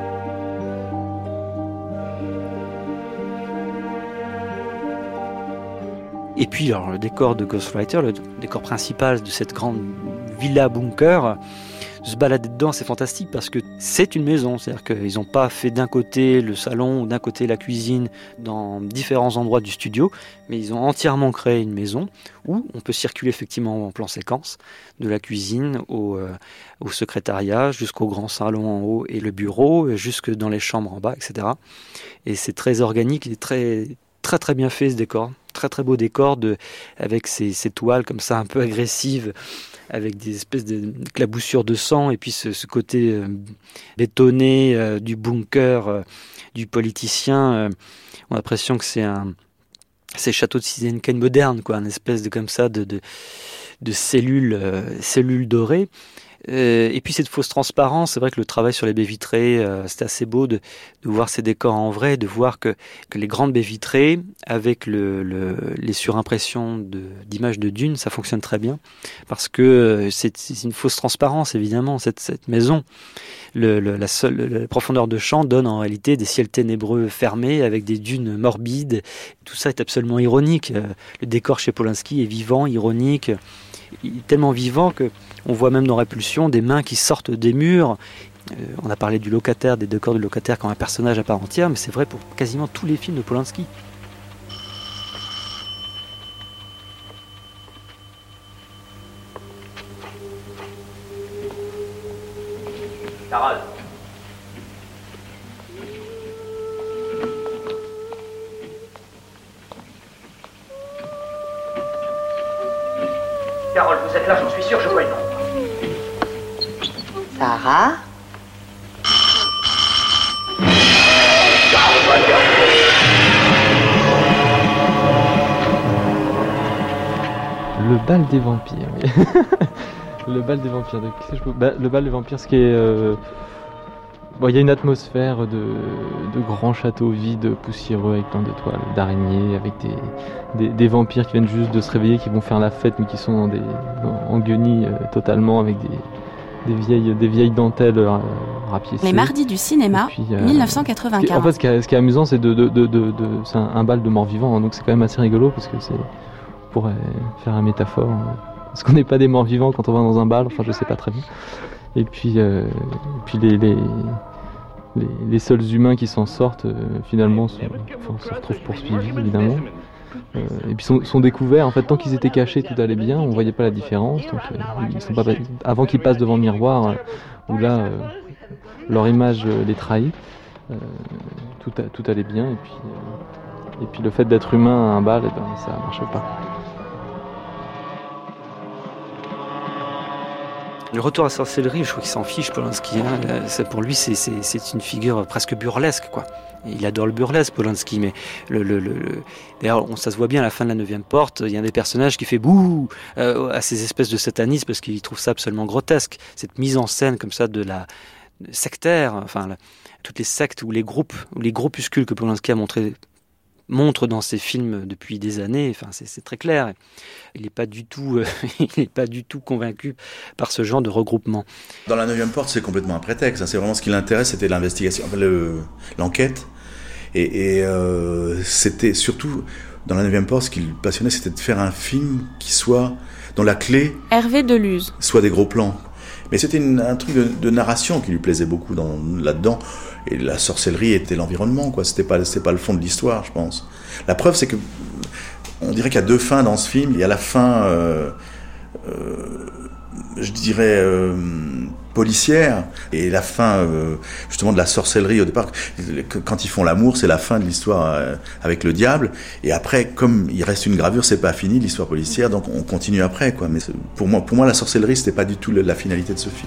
Et puis, alors, le décor de Ghostwriter, le décor principal de cette grande villa bunker, se balader dedans, c'est fantastique parce que c'est une maison. C'est-à-dire qu'ils n'ont pas fait d'un côté le salon ou d'un côté la cuisine dans différents endroits du studio, mais ils ont entièrement créé une maison où on peut circuler effectivement en plan séquence, de la cuisine au secrétariat, jusqu'au grand salon en haut et le bureau, jusque dans les chambres en bas, etc. Et c'est très organique, il est très, très, très bien fait ce décor. Très très beau décor avec ces toiles comme ça un peu agressives, avec des espèces de claboussures de sang, et puis ce côté bétonné du bunker, du politicien. On a l'impression que c'est château de Citizen Kane moderne, quoi, une espèce de comme ça de cellules dorées. Et puis cette fausse transparence, c'est vrai que le travail sur les baies vitrées, c'était assez beau de voir ces décors en vrai, de voir que les grandes baies vitrées, avec les surimpressions d'images de dunes, ça fonctionne très bien, parce que c'est une fausse transparence, évidemment, cette maison. La profondeur de champ donne en réalité des ciels ténébreux fermés, avec des dunes morbides. Tout ça est absolument ironique. Le décor chez Polanski est vivant, ironique, tellement vivant que on voit même dans Répulsion des mains qui sortent des murs. On a parlé du locataire, des décors du locataire comme un personnage à part entière, mais c'est vrai pour quasiment tous les films de Polanski. Carole. Carole, vous êtes là, j'en suis sûr, je vois une ombre. Sarah? Le bal des vampires, oui. Le bal des vampires. Le bal des vampires, ce qui est... Bon, il y a une atmosphère de grands châteaux vides, poussiéreux, avec plein d'étoiles, d'araignées, avec des vampires qui viennent juste de se réveiller, qui vont faire la fête, mais qui sont en guenilles totalement, avec des vieilles dentelles rapiécées. Les mardis du cinéma, puis, 1995. En fait, ce qui est amusant, c'est c'est un bal de morts-vivants, hein, donc c'est quand même assez rigolo, parce que on pourrait faire une métaphore. Parce qu'on n'est pas des morts-vivants quand on va dans un bal, enfin je sais pas très bien. Et puis les seuls humains qui s'en sortent, finalement, se retrouvent poursuivis, évidemment. Et puis sont découverts. En fait, tant qu'ils étaient cachés, tout allait bien, on voyait pas la différence. Donc, avant qu'ils passent devant le miroir, où là, leur image les trahit, tout allait bien. Et puis le fait d'être humain à un bal, ça marchait pas. Le retour à la sorcellerie, je crois qu'il s'en fiche, Polanski. Pour lui, c'est une figure presque burlesque, quoi. Il adore le burlesque, Polanski, mais d'ailleurs, ça se voit bien à la fin de la 9e porte, il y a un des personnages qui fait bouh à ces espèces de satanisme parce qu'il trouve ça absolument grotesque. Cette mise en scène comme ça de la sectaire, toutes les sectes ou les groupuscules que Polanski montre dans ses films depuis des années, c'est très clair. Il n'est pas du tout convaincu par ce genre de regroupement. Dans la 9e porte, c'est complètement un prétexte. C'est vraiment ce qui l'intéresse, c'était l'investigation, l'enquête. Et c'était surtout, dans la 9e porte, ce qui le passionnait, c'était de faire un film dont la clé... Hervé Deleuze. ...soit des gros plans. Mais c'était un truc de narration qui lui plaisait beaucoup là-dedans. Et la sorcellerie était l'environnement, quoi. C'était pas le fond de l'histoire, je pense. La preuve, c'est que on dirait qu'il y a deux fins dans ce film. Il y a la fin, je dirais, policière, et la fin, justement, de la sorcellerie au départ. Quand ils font l'amour, c'est la fin de l'histoire avec le diable. Et après, comme il reste une gravure, c'est pas fini l'histoire policière, donc on continue après, quoi. Mais pour moi, la sorcellerie, c'était pas du tout la finalité de ce film.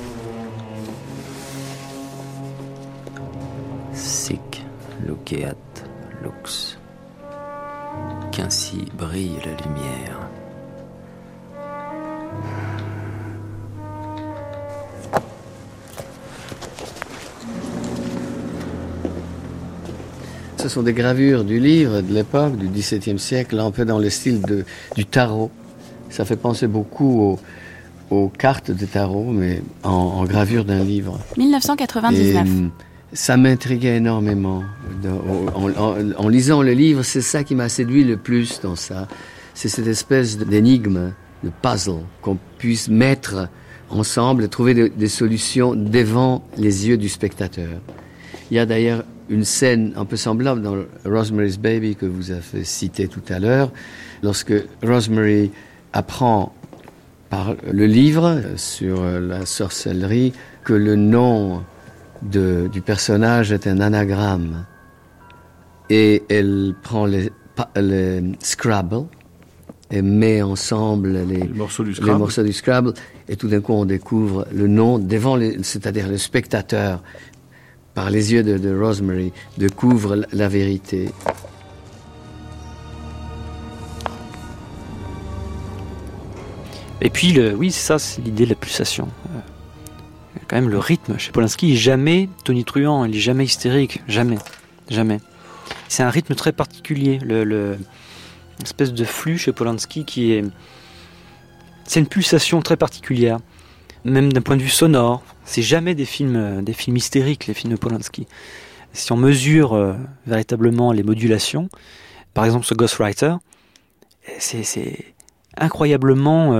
Sic luceat lux, qu'ainsi brille la lumière. Ce sont des gravures du livre de l'époque, du XVIIe siècle, un peu dans le style du tarot. Ça fait penser beaucoup aux cartes de tarot, mais en gravure d'un livre. 1999. Ça m'intriguait énormément. En lisant le livre, c'est ça qui m'a séduit le plus dans ça. C'est cette espèce d'énigme, de puzzle, qu'on puisse mettre ensemble et trouver des solutions devant les yeux du spectateur. Il y a d'ailleurs une scène un peu semblable dans Rosemary's Baby que vous avez cité tout à l'heure, lorsque Rosemary apprend par le livre sur la sorcellerie que le nom du personnage est un anagramme, et elle prend les Scrabble et met ensemble les morceaux du Scrabble, et tout d'un coup on découvre le nom c'est-à-dire le spectateur, par les yeux de Rosemary, découvre la vérité. Et puis, oui, c'est ça, c'est l'idée de la pulsation. Quand même, le rythme chez Polanski est jamais tonitruant, il est jamais hystérique, jamais. C'est un rythme très particulier, espèce de flux chez Polanski c'est une pulsation très particulière, même d'un point de vue sonore. C'est jamais des films hystériques, les films de Polanski. Si on mesure véritablement les modulations, par exemple ce Ghostwriter, c'est incroyablement,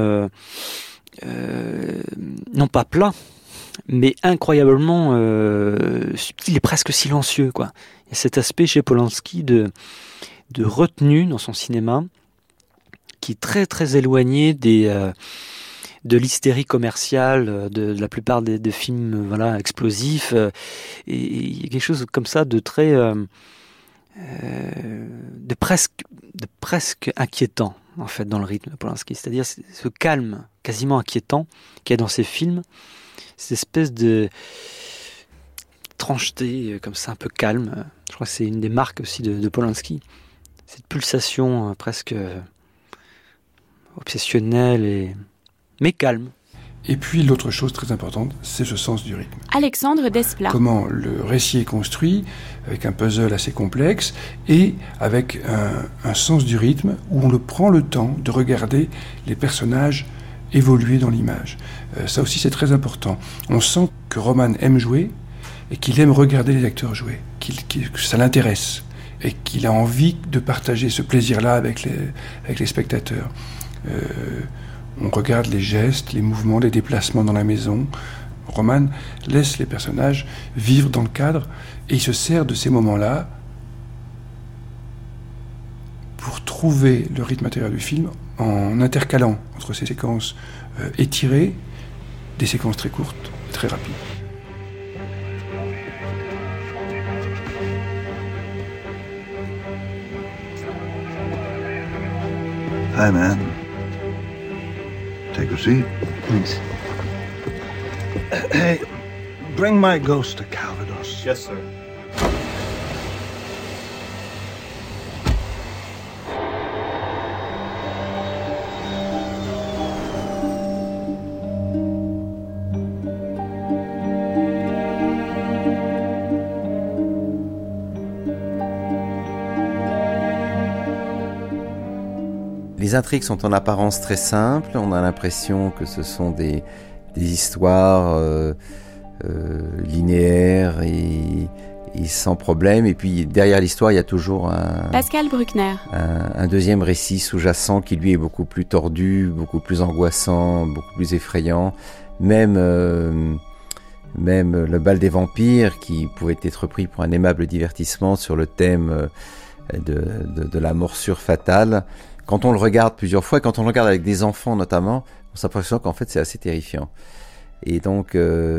non pas plat, mais incroyablement subtil et presque silencieux, quoi. Il y a cet aspect chez Polanski de retenue dans son cinéma qui est très très éloigné de l'hystérie commerciale de la plupart des films explosifs. Et il y a quelque chose comme ça de très de presque inquiétant en fait dans le rythme de Polanski. C'est-à-dire ce calme quasiment inquiétant qu'il y a dans ces films, cette espèce de trancheté comme ça un peu calme. Je crois que c'est une des marques aussi de Polanski. Cette pulsation presque obsessionnelle mais calme. Et puis l'autre chose très importante, c'est ce sens du rythme. Alexandre Desplat. Comment le récit est construit, avec un puzzle assez complexe, et avec un sens du rythme où on prend le temps de regarder les personnages évoluer dans l'image. Ça aussi c'est très important. On sent que Roman aime jouer, et qu'il aime regarder les acteurs jouer, que ça l'intéresse, et qu'il a envie de partager ce plaisir-là avec les spectateurs. On regarde les gestes, les mouvements, les déplacements dans la maison. Roman laisse les personnages vivre dans le cadre et il se sert de ces moments-là pour trouver le rythme intérieur du film en intercalant entre ces séquences étirées, des séquences très courtes et très rapides. Hi, man. Take a seat. Thanks. Hey, bring my ghost to Calvados. Yes, sir. Les intrigues sont en apparence très simples, on a l'impression que ce sont des histoires linéaires et sans problème, et puis derrière l'histoire il y a toujours Pascal Bruckner. Un deuxième récit sous-jacent qui lui est beaucoup plus tordu, beaucoup plus angoissant, beaucoup plus effrayant, même le bal des vampires qui pouvait être pris pour un aimable divertissement sur le thème de la morsure fatale. Quand on le regarde plusieurs fois, quand on le regarde avec des enfants notamment, on s'impressionne qu'en fait c'est assez terrifiant. Et donc,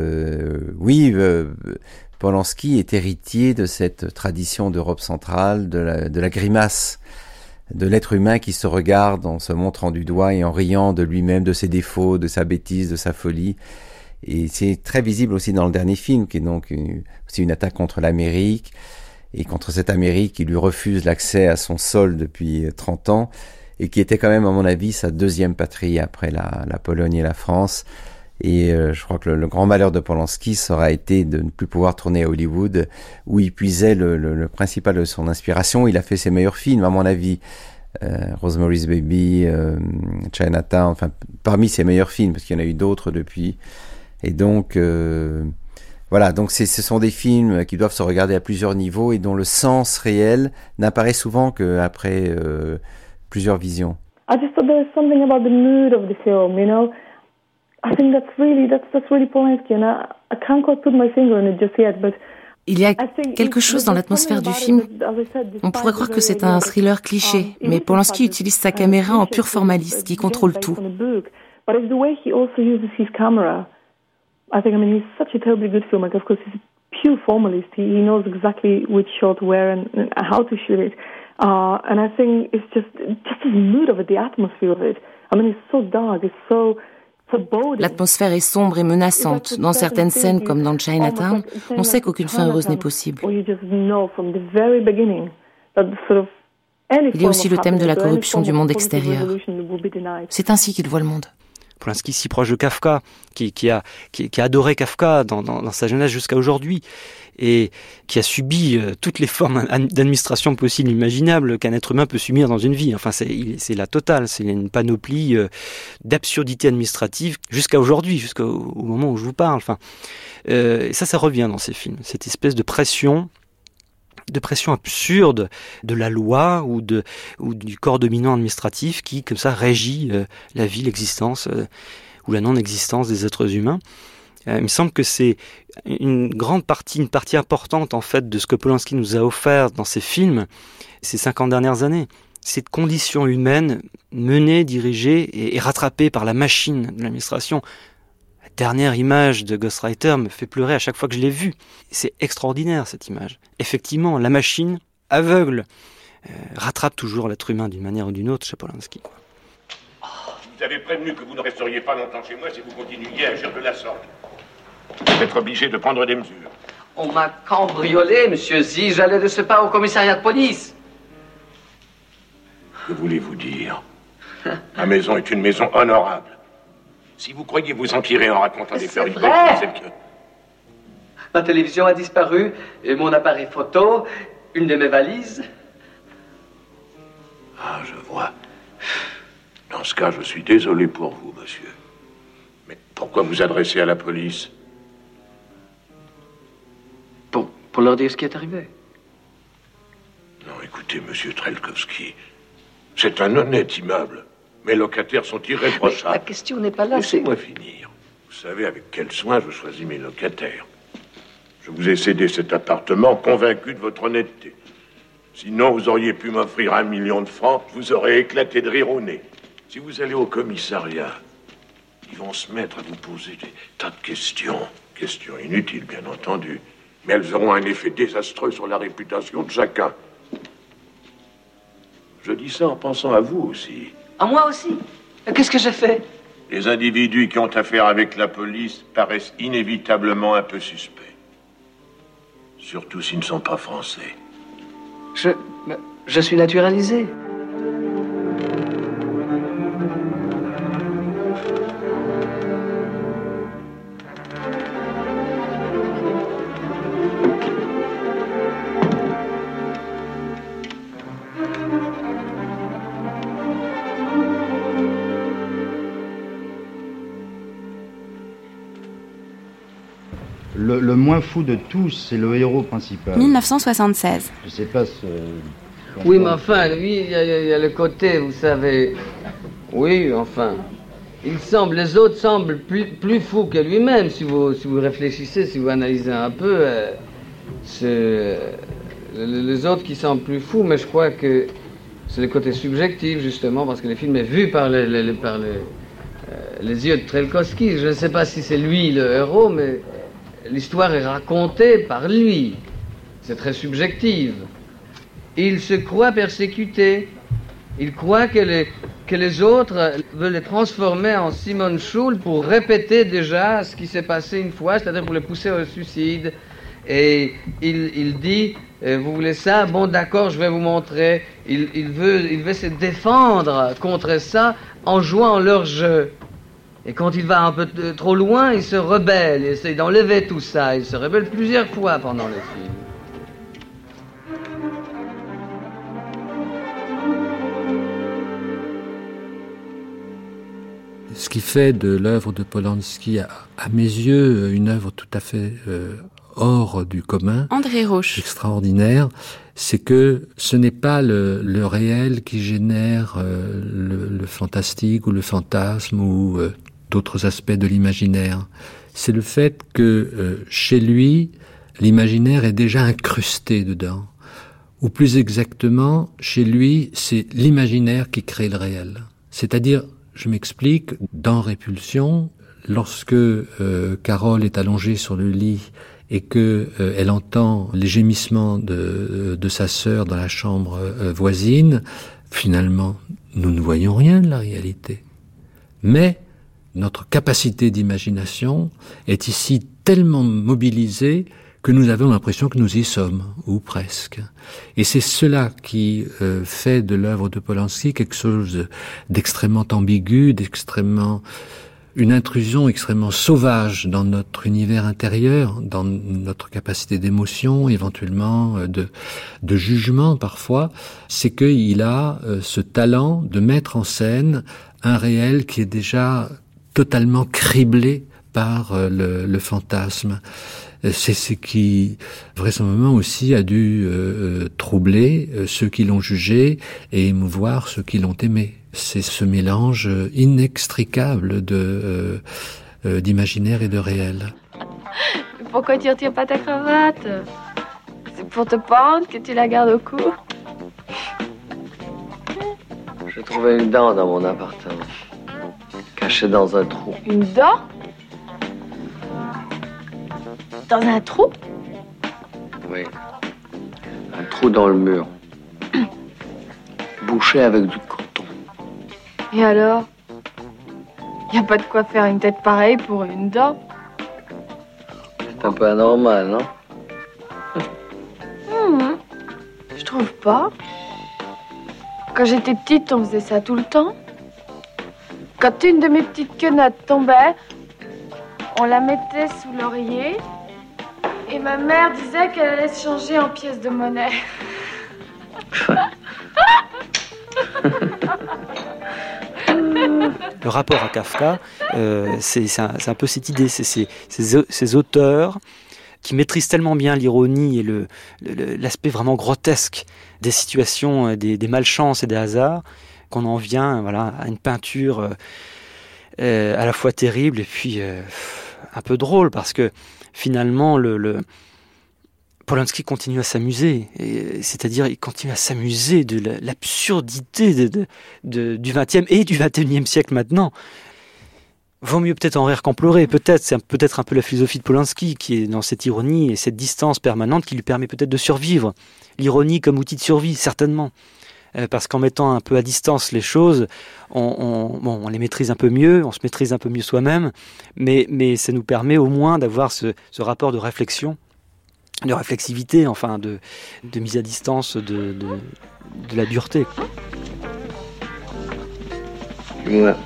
Polanski est héritier de cette tradition d'Europe centrale, de la grimace, de l'être humain qui se regarde en se montrant du doigt et en riant de lui-même, de ses défauts, de sa bêtise, de sa folie. Et c'est très visible aussi dans le dernier film, qui est donc aussi une attaque contre l'Amérique, et contre cette Amérique qui lui refuse l'accès à son sol depuis 30 ans, et qui était quand même, à mon avis, sa deuxième patrie après la Pologne et la France. Et je crois que le grand malheur de Polanski, ça aura été de ne plus pouvoir tourner à Hollywood, où il puisait le principal de son inspiration. Il a fait ses meilleurs films, à mon avis. Rosemary's Baby, Chinatown, enfin, parmi ses meilleurs films, parce qu'il y en a eu d'autres depuis. Et donc... Voilà, donc ce sont des films qui doivent se regarder à plusieurs niveaux et dont le sens réel n'apparaît souvent qu'après plusieurs visions. I just thought there was something about the mood of the film, you know. I think that's really Polanski, and I can't quite put my finger on it just yet, but il y a quelque chose dans l'atmosphère du film. On pourrait croire que c'est un thriller cliché, mais Polanski utilise sa caméra en pur formaliste qui contrôle tout. But it's the way he also uses his camera. I think, he's such a terribly good filmmaker. Of course, he's a pure formalist. He knows exactly which shot where and how to shoot it. And I think it's just the mood of it, the atmosphere of it. It's so dark, it's so boding. L'atmosphère est sombre et menaçante. Dans certaines scènes, comme dans Chinatown, on sait qu'aucune fin heureuse n'est possible. Il y a aussi le thème de la corruption du monde extérieur. C'est ainsi qu'il voit le monde. Polanski si proche de Kafka, qui a adoré Kafka dans sa jeunesse jusqu'à aujourd'hui, et qui a subi toutes les formes d'administration possibles, imaginables qu'un être humain peut subir dans une vie. Enfin, c'est la totale, c'est une panoplie d'absurdité administrative jusqu'à aujourd'hui, jusqu'au moment où je vous parle. Enfin, ça revient dans ces films, cette espèce de pression absurde de la loi ou du corps dominant administratif qui, comme ça, régit la vie, l'existence ou la non-existence des êtres humains. Il me semble que c'est une partie importante, en fait, de ce que Polanski nous a offert dans ses films ces 50 dernières années. Cette condition humaine menée, dirigée et rattrapée par la machine de l'administration. La dernière image de Ghostwriter me fait pleurer à chaque fois que je l'ai vue. C'est extraordinaire, cette image. Effectivement, la machine aveugle rattrape toujours l'être humain d'une manière ou d'une autre chez Polanski. Vous avez prévenu que vous ne resteriez pas longtemps chez moi si vous continuiez à agir de la sorte. Vous êtes obligé de prendre des mesures. On m'a cambriolé, monsieur Z. J'allais de ce pas au commissariat de police. Que voulez-vous dire? Ma maison est une maison honorable. Si vous croyez vous en tirer en racontant des faits rigolos, c'est que... Ma télévision a disparu, et mon appareil photo, une de mes valises. Ah, je vois. Dans ce cas, je suis désolé pour vous, monsieur. Mais pourquoi vous adresser à la police? Pour leur dire ce qui est arrivé. Non, écoutez, monsieur Trelkowski, c'est un honnête immeuble. Mes locataires sont irréprochables. La question n'est pas là. Laissez-moi finir. Vous savez avec quel soin je choisis mes locataires. Je vous ai cédé cet appartement convaincu de votre honnêteté. Sinon, vous auriez pu m'offrir 1 million de francs, je vous aurais éclaté de rire au nez. Si vous allez au commissariat, ils vont se mettre à vous poser des tas de questions. Questions inutiles, bien entendu. Mais elles auront un effet désastreux sur la réputation de chacun. Je dis ça en pensant à vous aussi. À moi aussi? Qu'est-ce que j'ai fait? Les individus qui ont affaire avec la police paraissent inévitablement un peu suspects. Surtout s'ils ne sont pas français. Je suis naturalisé. Le moins fou de tous, c'est le héros principal. 1976. Je sais pas Oui, mais enfin, lui, il y a le côté, vous savez... Oui, enfin... Les autres semblent plus fous que lui-même, si vous réfléchissez, si vous analysez un peu. Les autres qui semblent plus fous, mais je crois que c'est le côté subjectif, justement, parce que le film est vu par les yeux de Trelkowski. Je ne sais pas si c'est lui le héros, mais... L'histoire est racontée par lui. C'est très subjectif. Il se croit persécuté. Il croit que les autres veulent le transformer en Simon Schul pour répéter déjà ce qui s'est passé une fois, c'est-à-dire pour le pousser au suicide. Et il dit, vous voulez ça? Bon, d'accord, je vais vous montrer. Il veut se défendre contre ça en jouant leur jeu. Et quand il va un peu trop loin, il se rebelle, il essaie d'enlever tout ça. Il se rebelle plusieurs fois pendant le film. Ce qui fait de l'œuvre de Polanski, à mes yeux, une œuvre tout à fait hors du commun, André Roche, extraordinaire, c'est que ce n'est pas le réel qui génère le fantastique ou le fantasme ou d'autres aspects de l'imaginaire. C'est le fait que chez lui, l'imaginaire est déjà incrusté dedans. Ou plus exactement, chez lui, c'est l'imaginaire qui crée le réel. C'est-à-dire, je m'explique, dans Répulsion, lorsque Carole est allongée sur le lit et que elle entend les gémissements de sa sœur dans la chambre voisine, finalement, nous ne voyons rien de la réalité. Mais notre capacité d'imagination est ici tellement mobilisée que nous avons l'impression que nous y sommes, ou presque. Et c'est cela qui fait de l'œuvre de Polanski quelque chose d'extrêmement ambigu, d'extrêmement une intrusion extrêmement sauvage dans notre univers intérieur, dans notre capacité d'émotion, éventuellement de jugement parfois, c'est qu'il a ce talent de mettre en scène un réel qui est déjà totalement criblé par le fantasme. C'est ce qui, vraisemblablement aussi, a dû troubler ceux qui l'ont jugé et émouvoir ceux qui l'ont aimé. C'est ce mélange inextricable d'imaginaire et de réel. Pourquoi tu retires pas ta cravate? C'est pour te pendre que tu la gardes au cou? J'ai trouvé une dent dans mon appartement, cachée dans un trou. Une dent? Dans un trou? Oui. Un trou dans le mur. Bouché avec du coton. Et alors? Y a pas de quoi faire une tête pareille pour une dent? C'est un peu anormal, non? Je trouve pas. Quand j'étais petite, on faisait ça tout le temps. Quand une de mes petites quenottes tombait, on la mettait sous l'oreiller. Et ma mère disait qu'elle allait se changer en pièces de monnaie. Le rapport à Kafka, c'est un peu cette idée, c'est ces auteurs qui maîtrisent tellement bien l'ironie et l'aspect vraiment grotesque des situations, des malchances et des hasards, qu'on en vient à une peinture à la fois terrible et puis un peu drôle, parce que finalement, Polanski continue à s'amuser, c'est-à-dire il continue à s'amuser de l'absurdité du XXe et du XXIe siècle maintenant. Vaut mieux peut-être en rire qu'en pleurer, peut-être. C'est peut-être un peu la philosophie de Polanski qui est dans cette ironie et cette distance permanente qui lui permet peut-être de survivre. L'ironie comme outil de survie, certainement. Parce qu'en mettant un peu à distance les choses, on les maîtrise un peu mieux, on se maîtrise un peu mieux soi-même, mais ça nous permet au moins d'avoir ce rapport de réflexion, de réflexivité, enfin de mise à distance de la dureté. Ouais.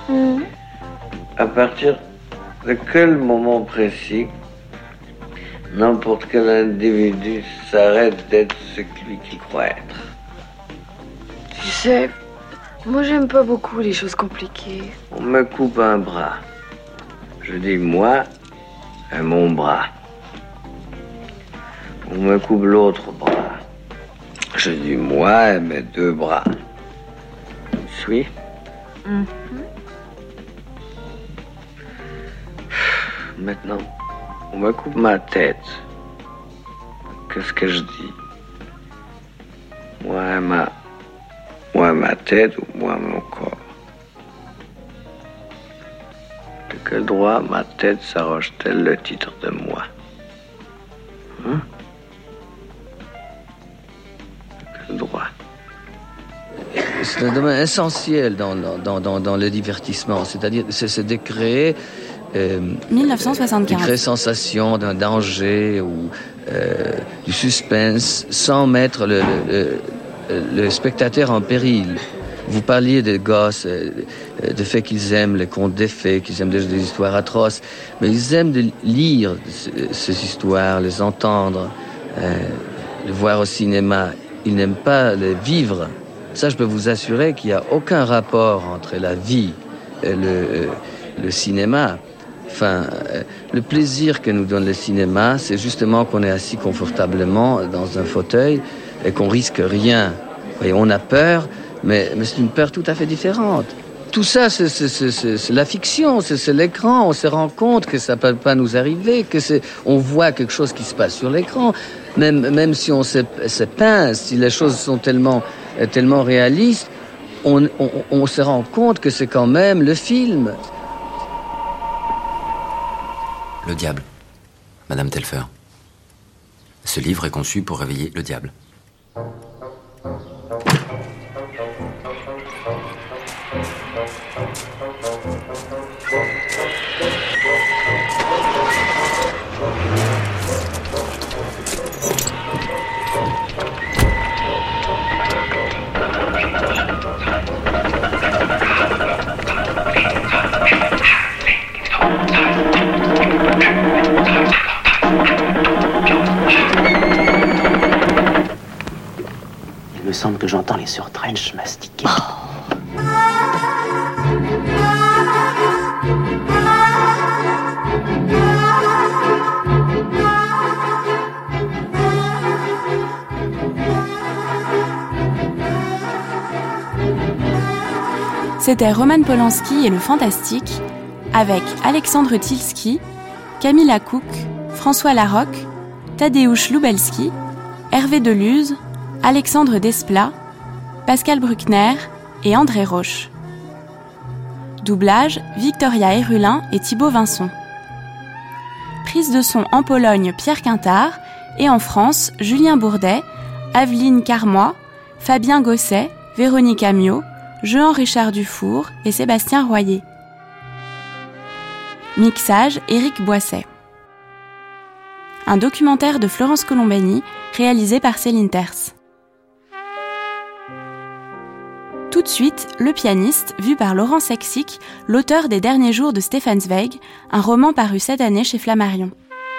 À partir de quel moment précis n'importe quel individu s'arrête d'être ce qu'il croit être? Tu sais, moi j'aime pas beaucoup les choses compliquées. On me coupe un bras. Je dis moi et mon bras. On me coupe l'autre bras. Je dis moi et mes deux bras. Suis? Maintenant, on me coupe ma tête. Qu'est-ce que je dis? Moi ma tête ou moi mon corps? De quel droit ma tête s'arroge-t-elle le titre de moi? De quel droit? C'est un domaine essentiel dans le divertissement, c'est-à-dire c'est de créer 1975. Des sensations d'un danger ou du suspense sans mettre le spectateur en péril. Vous parliez des gosses, du fait qu'ils aiment les contes de fées, qu'ils aiment des histoires atroces, mais ils aiment de lire ces histoires, les entendre, les voir au cinéma. Ils n'aiment pas les vivre. Ça, je peux vous assurer qu'il n'y a aucun rapport entre la vie et le cinéma. Enfin, le plaisir que nous donne le cinéma, c'est justement qu'on est assis confortablement dans un fauteuil et qu'on risque rien. Et on a peur, mais c'est une peur tout à fait différente. Tout ça, c'est la fiction, c'est l'écran. On se rend compte que ça ne peut pas nous arriver, on voit quelque chose qui se passe sur l'écran. Même si on se pince, si les choses sont tellement réalistes, on se rend compte que c'est quand même le film. Le diable, Madame Telfer. Ce livre est conçu pour réveiller le diable. me semble que j'entends les sœurs Trench mastiquer. C'était Roman Polanski et le Fantastique, avec Alexandre Tilski, Camilla Cook, François Larocque, Tadeusz Lubelski, Hervé Deluse, Alexandre Desplat, Pascal Bruckner et André Roche. Doublage, Victoria Herulin et Thibaut Vincent. Prise de son en Pologne, Pierre Quintard, et en France, Julien Bourdet, Aveline Carmois, Fabien Gosset, Véronique Amiot, Jean-Richard Dufour et Sébastien Royer. Mixage, Éric Boisset. Un documentaire de Florence Colombani, réalisé par Céline Terce. Tout de suite, Le pianiste, vu par Laurent Sexic, l'auteur des Derniers jours de Stefan Zweig, un roman paru cette année chez Flammarion.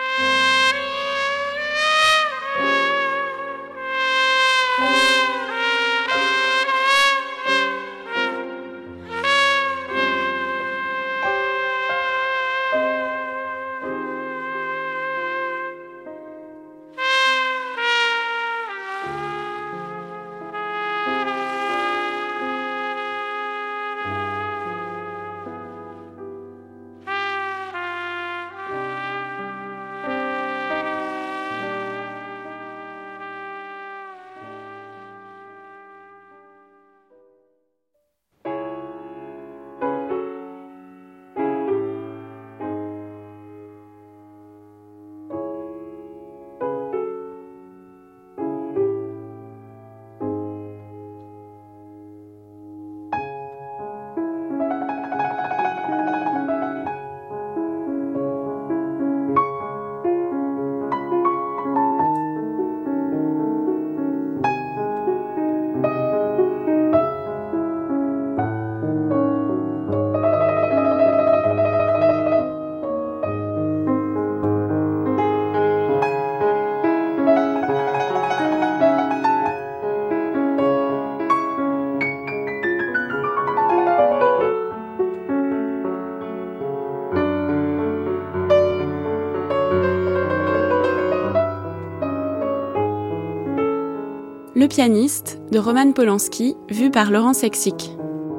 Le pianiste de Roman Polanski, vu par Laurent Sexic.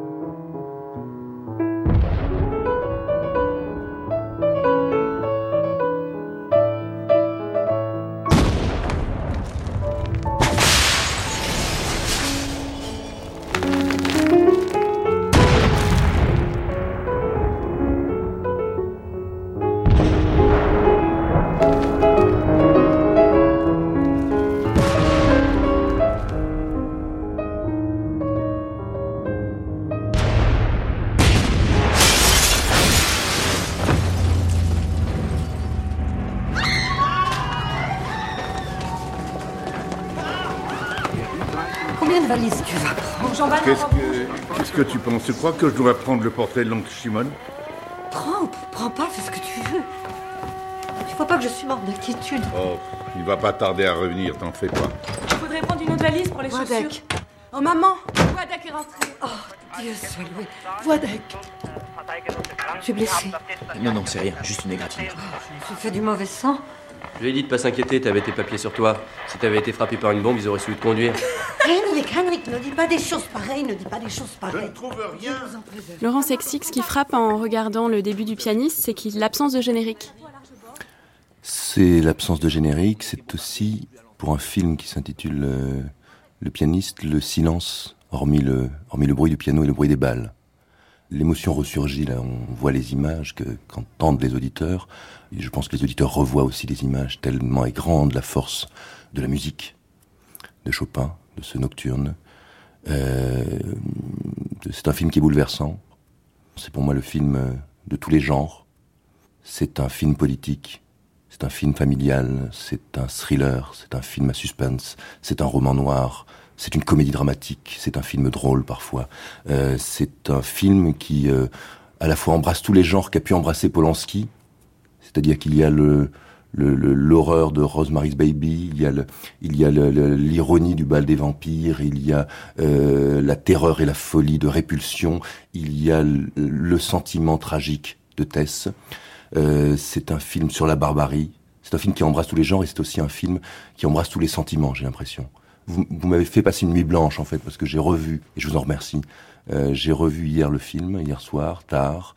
Combien de valises tu vas prendre? Qu'est-ce que tu penses? Tu crois que je dois prendre le portrait de l'oncle Shimon? Prends pas, fais ce que tu veux. Il faut pas que je suis morte d'inquiétude. Oh, il va pas tarder à revenir, t'en fais pas. Il faudrait prendre une autre valise pour les chaussures. Oh maman, Wadek est rentré. Oh, Dieu soit loué. Wadek. Je suis blessée. Non, c'est rien, juste une égratignure. Je fais du mauvais sang. Je lui ai dit de pas s'inquiéter, t'avais tes papiers sur toi. Si t'avais été frappé par une bombe, ils auraient su te conduire. Henrik, ne dis pas des choses pareilles, Je ne trouve rien. Laurent Sexic, ce qui frappe en regardant le début du pianiste, c'est qu'il l'absence de générique. C'est l'absence de générique, c'est aussi, pour un film qui s'intitule Le pianiste, le silence, hormis le bruit du piano et le bruit des balles. L'émotion ressurgit, là, on voit les images qu'entendent les auditeurs, et je pense que les auditeurs revoient aussi les images, tellement est grande la force de la musique de Chopin, de ce nocturne. C'est un film qui est bouleversant, c'est pour moi le film de tous les genres, c'est un film politique, c'est un film familial, c'est un thriller, c'est un film à suspense, c'est un roman noir, c'est une comédie dramatique, c'est un film drôle parfois. C'est un film qui, à la fois embrasse tous les genres qu'a pu embrasser Polanski, c'est-à-dire qu'il y a le l'horreur de Rosemary's Baby, il y a l'ironie du bal des vampires, il y a la terreur et la folie de Répulsion, il y a le sentiment tragique de Tess. C'est un film sur la barbarie, c'est un film qui embrasse tous les genres et c'est aussi un film qui embrasse tous les sentiments, j'ai l'impression. Vous m'avez fait passer une nuit blanche en fait, parce que j'ai revu, et je vous en remercie, j'ai revu hier le film, hier soir, tard.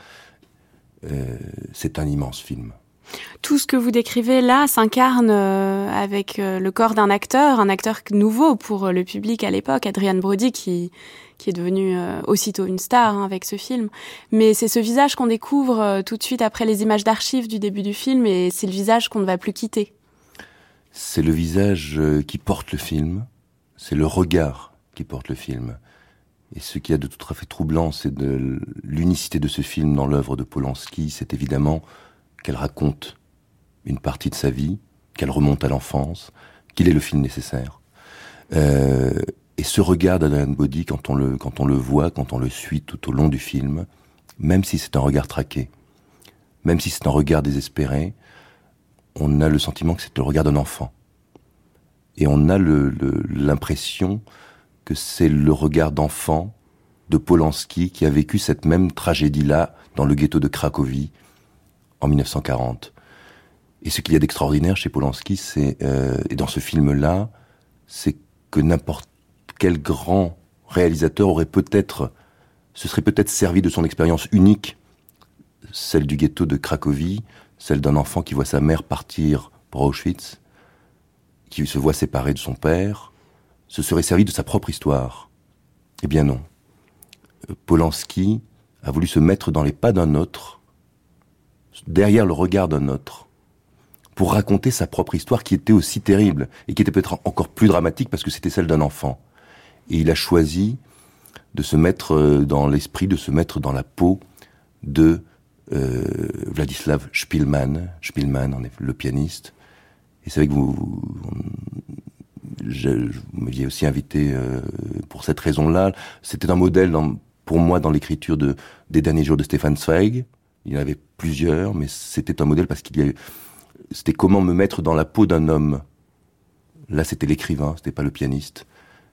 C'est un immense film. Tout ce que vous décrivez là s'incarne avec le corps d'un acteur nouveau pour le public à l'époque, Adrian Brody, qui est devenu aussitôt une star avec ce film. Mais c'est ce visage qu'on découvre tout de suite après les images d'archives du début du film, et c'est le visage qu'on ne va plus quitter. C'est le visage qui porte le film, c'est le regard qui porte le film. Et ce qu'il y a de tout à fait troublant, c'est de l'unicité de ce film dans l'œuvre de Polanski, c'est évidemment qu'elle raconte une partie de sa vie, qu'elle remonte à l'enfance, qu'il est le film nécessaire. Et ce regard d'Adrian Brody, quand on le voit, quand on le suit tout au long du film, même si c'est un regard traqué, même si c'est un regard désespéré, on a le sentiment que c'est le regard d'un enfant. Et on a l'impression que c'est le regard d'enfant de Polanski qui a vécu cette même tragédie-là dans le ghetto de Cracovie en 1940. Et ce qu'il y a d'extraordinaire chez Polanski, et dans ce film-là, c'est que n'importe quel grand réalisateur se serait peut-être servi de son expérience unique, celle du ghetto de Cracovie, celle d'un enfant qui voit sa mère partir pour Auschwitz, qui se voit séparé de son père, se serait servi de sa propre histoire. Eh bien non. Polanski a voulu se mettre dans les pas d'un autre, derrière le regard d'un autre, pour raconter sa propre histoire qui était aussi terrible, et qui était peut-être encore plus dramatique parce que c'était celle d'un enfant. Et il a choisi de se mettre dans l'esprit, de se mettre dans la peau de Władysław Szpilman, le pianiste. Et c'est vrai que vous m'aviez aussi invité pour cette raison-là. C'était un modèle pour moi dans l'écriture des derniers jours de Stefan Zweig. Il y en avait plusieurs, mais c'était un modèle parce c'était comment me mettre dans la peau d'un homme. Là, c'était l'écrivain, c'était pas le pianiste,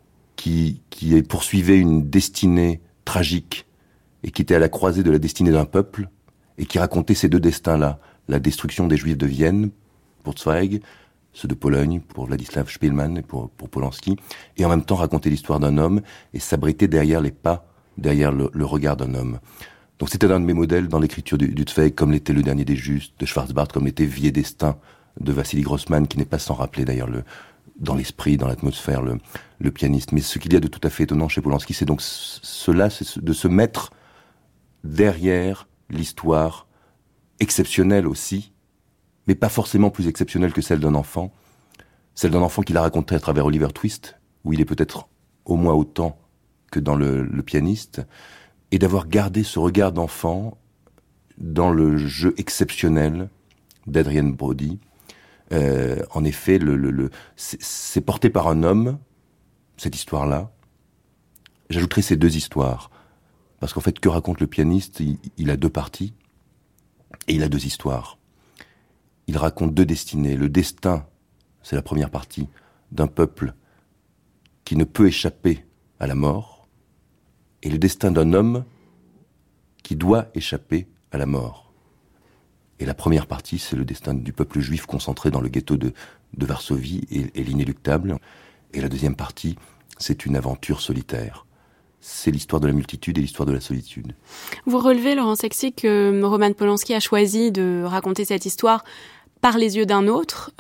qui poursuivait une destinée tragique et qui était à la croisée de la destinée d'un peuple et qui racontait ces deux destins-là. La destruction des Juifs de Vienne, pour Zweig, ceux de Pologne, pour Władysław Szpilman et pour Polanski, et en même temps raconter l'histoire d'un homme et s'abriter derrière les pas, derrière le regard d'un homme. Donc c'était un de mes modèles dans l'écriture du Zweig, comme l'était Le Dernier des Justes de Schwarzbart, comme l'était Vie et Destin de Vassili Grossman, qui n'est pas sans rappeler d'ailleurs dans l'esprit, dans l'atmosphère, le pianiste. Mais ce qu'il y a de tout à fait étonnant chez Polanski, c'est donc cela, c'est de se mettre derrière l'histoire exceptionnelle aussi, mais pas forcément plus exceptionnelle que celle d'un enfant qu'il a racontée à travers Oliver Twist, où il est peut-être au moins autant que dans le pianiste, et d'avoir gardé ce regard d'enfant dans le jeu exceptionnel d'Adrian Brody. En effet, c'est porté par un homme, cette histoire-là. J'ajouterai ces deux histoires, parce qu'en fait, que raconte le pianiste ? Il a deux parties, et il a deux histoires. Il raconte deux destinées. Le destin, c'est la première partie, d'un peuple qui ne peut échapper à la mort, et le destin d'un homme qui doit échapper à la mort. Et la première partie, c'est le destin du peuple juif concentré dans le ghetto de Varsovie et l'inéluctable. Et la deuxième partie, c'est une aventure solitaire. C'est l'histoire de la multitude et l'histoire de la solitude. Vous relevez, Laurent Sexier, que Roman Polanski a choisi de raconter cette histoire par les yeux d'un autre,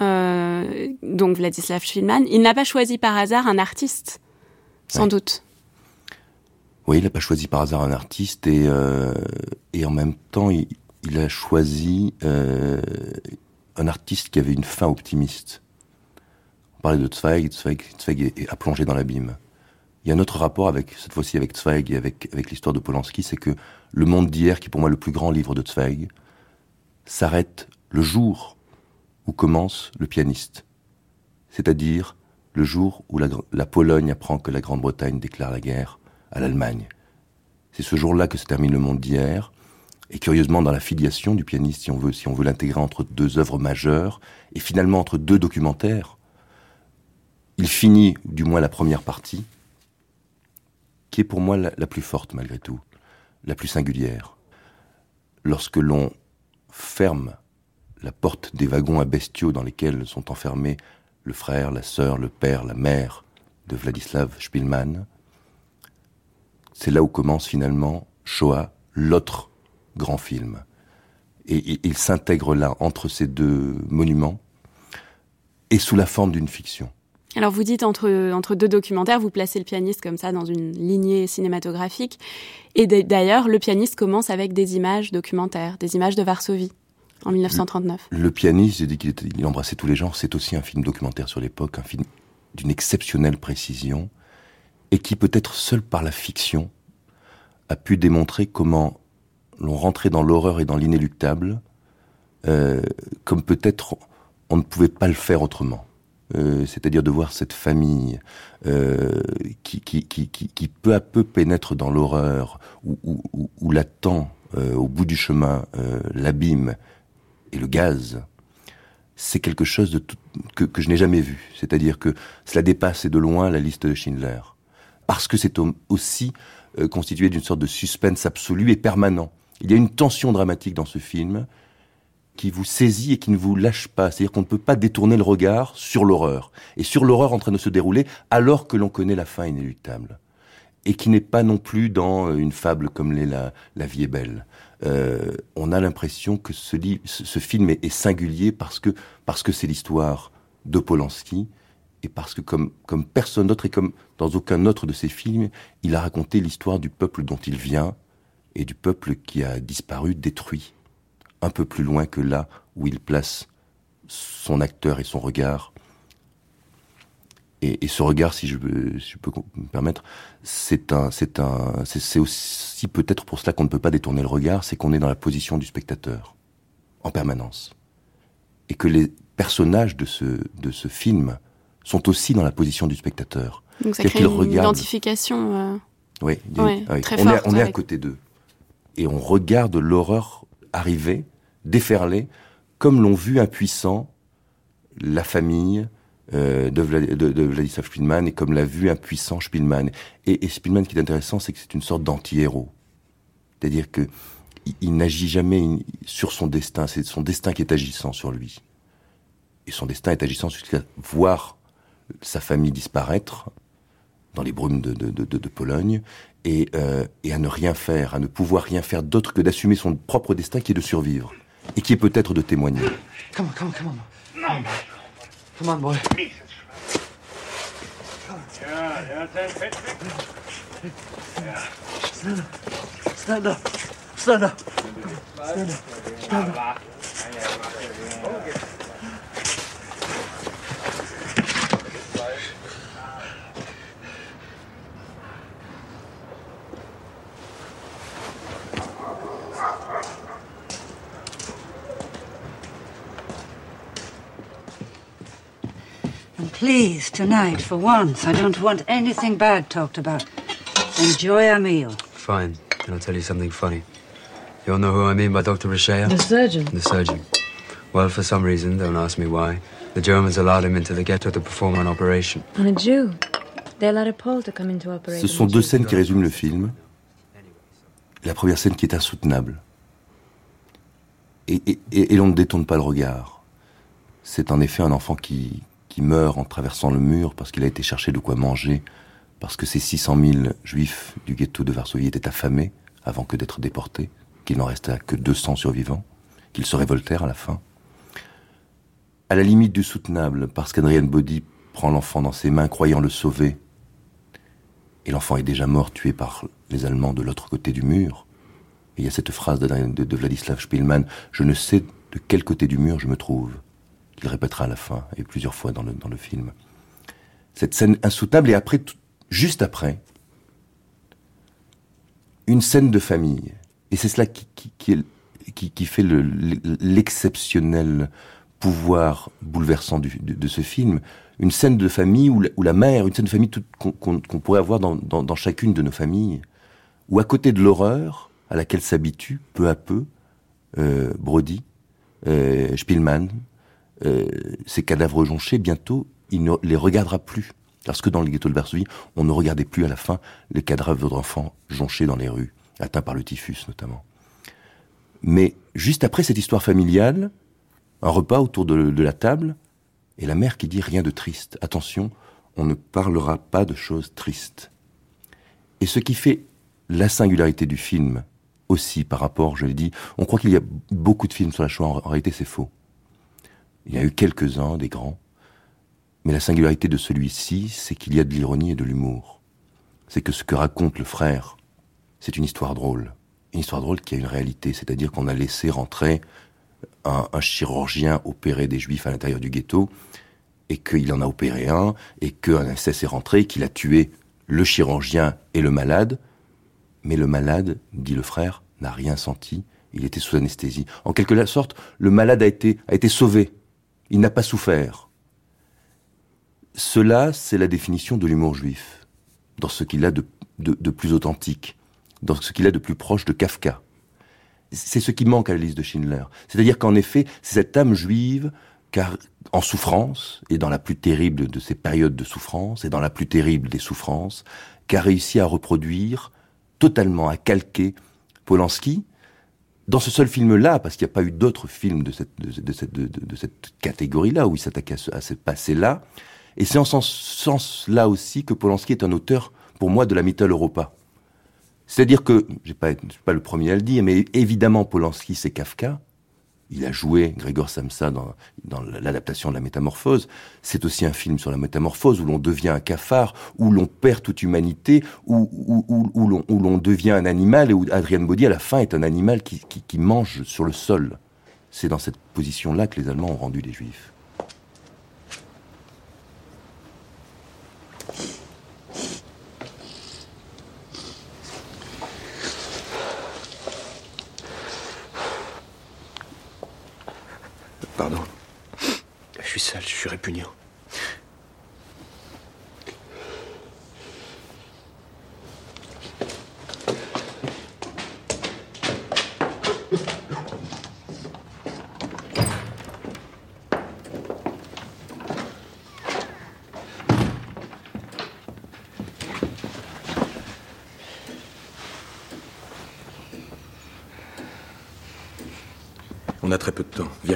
donc Władysław Szpilman. Il n'a pas choisi par hasard un artiste, sans doute. Oui, il n'a pas choisi par hasard un artiste et en même temps, il a choisi un artiste qui avait une fin optimiste. On parlait de Zweig a plongé dans l'abîme. Il y a un autre rapport cette fois-ci avec Zweig et avec l'histoire de Polanski, c'est que Le Monde d'hier, qui est pour moi le plus grand livre de Zweig, s'arrête le jour où commence Le Pianiste. C'est-à-dire le jour où la Pologne apprend que la Grande-Bretagne déclare la guerre à l'Allemagne. C'est ce jour-là que se termine Le Monde d'hier, Et curieusement, dans la filiation du pianiste, si on veut l'intégrer entre deux œuvres majeures, et finalement entre deux documentaires, il finit, du moins la première partie, qui est pour moi la plus forte malgré tout, la plus singulière. Lorsque l'on ferme la porte des wagons à bestiaux dans lesquels sont enfermés le frère, la sœur, le père, la mère de Władysław Szpilman, c'est là où commence finalement Shoah, l'autre grand film. Et il s'intègre là, entre ces deux monuments, et sous la forme d'une fiction. Alors vous dites entre deux documentaires, vous placez le pianiste comme ça dans une lignée cinématographique. Et d'ailleurs, le pianiste commence avec des images documentaires, des images de Varsovie, en 1939. Le pianiste, j'ai dit qu'il embrassait tous les genres, c'est aussi un film documentaire sur l'époque, un film d'une exceptionnelle précision, et qui peut-être seul par la fiction a pu démontrer comment l'on rentrait dans l'horreur et dans l'inéluctable, comme peut-être on ne pouvait pas le faire autrement. C'est-à-dire de voir cette famille qui peu à peu pénètre dans l'horreur, où l'attend au bout du chemin l'abîme et le gaz, c'est quelque chose que je n'ai jamais vu. C'est-à-dire que cela dépasse de loin la liste de Schindler. Parce que c'est aussi constitué d'une sorte de suspense absolu et permanent. Il y a une tension dramatique dans ce film qui vous saisit et qui ne vous lâche pas. C'est-à-dire qu'on ne peut pas détourner le regard sur l'horreur. Et sur l'horreur en train de se dérouler alors que l'on connaît la fin inéluctable. Et qui n'est pas non plus dans une fable comme l'est La vie est belle. On a l'impression que ce film est singulier parce que c'est l'histoire de Polanski et parce que comme personne d'autre et comme dans aucun autre de ses films, il a raconté l'histoire du peuple dont il vient et du peuple qui a disparu, détruit. Un peu plus loin que là où il place son acteur et son regard. Et ce regard, si je peux me permettre, c'est aussi peut-être pour cela qu'on ne peut pas détourner le regard, c'est qu'on est dans la position du spectateur, en permanence. Et que les personnages de ce film sont aussi dans la position du spectateur. Donc ça crée une identification oui, très forte. On est à côté d'eux. Et on regarde l'horreur arriver, déferler, comme l'ont vu impuissant la famille de Władysław Szpilman et comme l'a vu impuissant Szpilman. Et Szpilman, ce qui est intéressant, c'est que c'est une sorte d'anti-héros. C'est-à-dire que il n'agit jamais sur son destin, c'est son destin qui est agissant sur lui. Et son destin est agissant jusqu'à voir sa famille disparaître dans les brumes de Pologne et à ne rien faire, à ne pouvoir rien faire d'autre que d'assumer son propre destin qui est de survivre et qui est peut-être de témoigner. Come on. No. Come on, boy. Stand up. Please, tonight, for once, I don't want anything bad talked about. Enjoy our meal. Fine. And I'll tell you something funny. You all know who I mean by Dr. Richeya? The surgeon. The surgeon. Well, for some reason, don't ask me why, the Germans allowed him into the ghetto to perform an operation. And a Jew. They allowed a Pole to come into operation. Ce sont deux scènes qui résument le film. La première scène qui est insoutenable. Et l'on ne détourne pas le regard. C'est en effet un enfant qui meurt en traversant le mur parce qu'il a été chercher de quoi manger, parce que ces 600 000 juifs du ghetto de Varsovie étaient affamés avant que d'être déportés, qu'il n'en restait que 200 survivants, qu'ils se révoltèrent à la fin. À la limite du soutenable, parce qu'Adrian Boddy prend l'enfant dans ses mains, croyant le sauver, et l'enfant est déjà mort, tué par les Allemands de l'autre côté du mur. Et il y a cette phrase de Władysław Szpilman, « Je ne sais de quel côté du mur je me trouve », qu'il répétera à la fin, et plusieurs fois dans le film. Cette scène insoutenable, et après, juste après, une scène de famille. Et c'est cela qui fait l'exceptionnel pouvoir bouleversant de ce film. Une scène de famille où la mère, une scène de famille qu'on pourrait avoir dans chacune de nos familles, où à côté de l'horreur, à laquelle s'habitue peu à peu Brody, Spielmann. Ces cadavres jonchés, bientôt, il ne les regardera plus. Parce que dans le ghetto de Varsovie, on ne regardait plus à la fin les cadavres d'enfants jonchés dans les rues, atteints par le typhus notamment. Mais juste après cette histoire familiale, un repas autour de la table, et la mère qui dit rien de triste. Attention, on ne parlera pas de choses tristes. Et ce qui fait la singularité du film, aussi par rapport, je l'ai dit, on croit qu'il y a beaucoup de films sur la Shoah, en réalité c'est faux. Il y a eu quelques-uns, des grands, mais la singularité de celui-ci, c'est qu'il y a de l'ironie et de l'humour. C'est que ce que raconte le frère, c'est une histoire drôle. Une histoire drôle qui a une réalité, c'est-à-dire qu'on a laissé rentrer un chirurgien opérer des juifs à l'intérieur du ghetto, et qu'il en a opéré un, et qu'un SS est rentré, qu'il a tué le chirurgien et le malade, mais le malade, dit le frère, n'a rien senti, il était sous anesthésie. En quelque sorte, le malade a été sauvé, il n'a pas souffert. Cela, c'est la définition de l'humour juif, dans ce qu'il a de plus authentique, dans ce qu'il a de plus proche de Kafka. C'est ce qui manque à la liste de Schindler. C'est-à-dire qu'en effet, c'est cette âme juive, car en souffrance, et dans la plus terrible de ces périodes de souffrance, et dans la plus terrible des souffrances, qu'a réussi à reproduire, totalement à calquer Polanski, dans ce seul film-là, parce qu'il n'y a pas eu d'autres films de cette catégorie-là, où il s'attaquait à ce passé-là. Et c'est en ce sens-là aussi que Polanski est un auteur, pour moi, de la Mitteleuropa. C'est-à-dire que, je ne suis pas le premier à le dire, mais évidemment, Polanski, c'est Kafka. Il a joué Grégor Samsa dans l'adaptation de la Métamorphose. C'est aussi un film sur la métamorphose, où l'on devient un cafard, où l'on perd toute humanité, où l'on devient un animal, et où Adrian Brody, à la fin, est un animal qui mange sur le sol. C'est dans cette position-là que les Allemands ont rendu les Juifs. Pardon. Je suis sale, je suis répugnant. On a très peu de temps. Viens.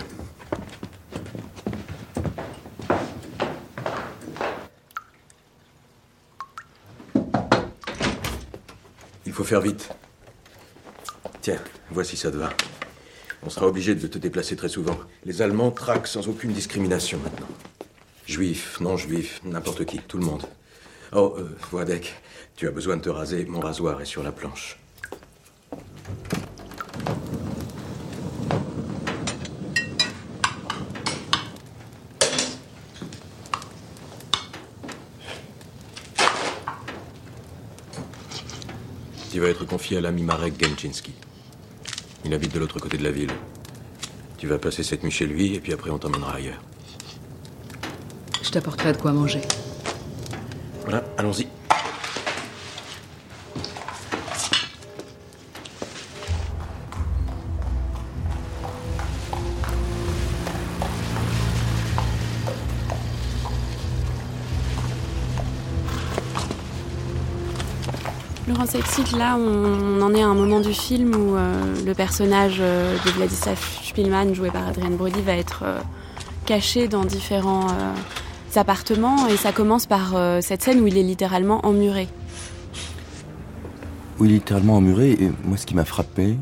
Il faut faire vite. Tiens, voici ça te va. On sera obligé de te déplacer très souvent. Les Allemands traquent sans aucune discrimination maintenant. Juifs, non-juifs, n'importe qui, tout le monde. Oh, Władek, tu as besoin de te raser. Mon rasoir est sur la planche. Tu vas être confié à l'ami Marek Genczynski. Il habite de l'autre côté de la ville. Tu vas passer cette nuit chez lui et puis après on t'emmènera ailleurs. Je t'apporterai de quoi manger. Voilà, allons-y. Laurent Sepsik, là, on en est à un moment du film où le personnage de Władysław Szpilman, joué par Adrian Brody, va être caché dans différents appartements. Et ça commence par cette scène où il est littéralement emmuré. Oui, littéralement emmuré. Et moi, ce qui m'a frappé,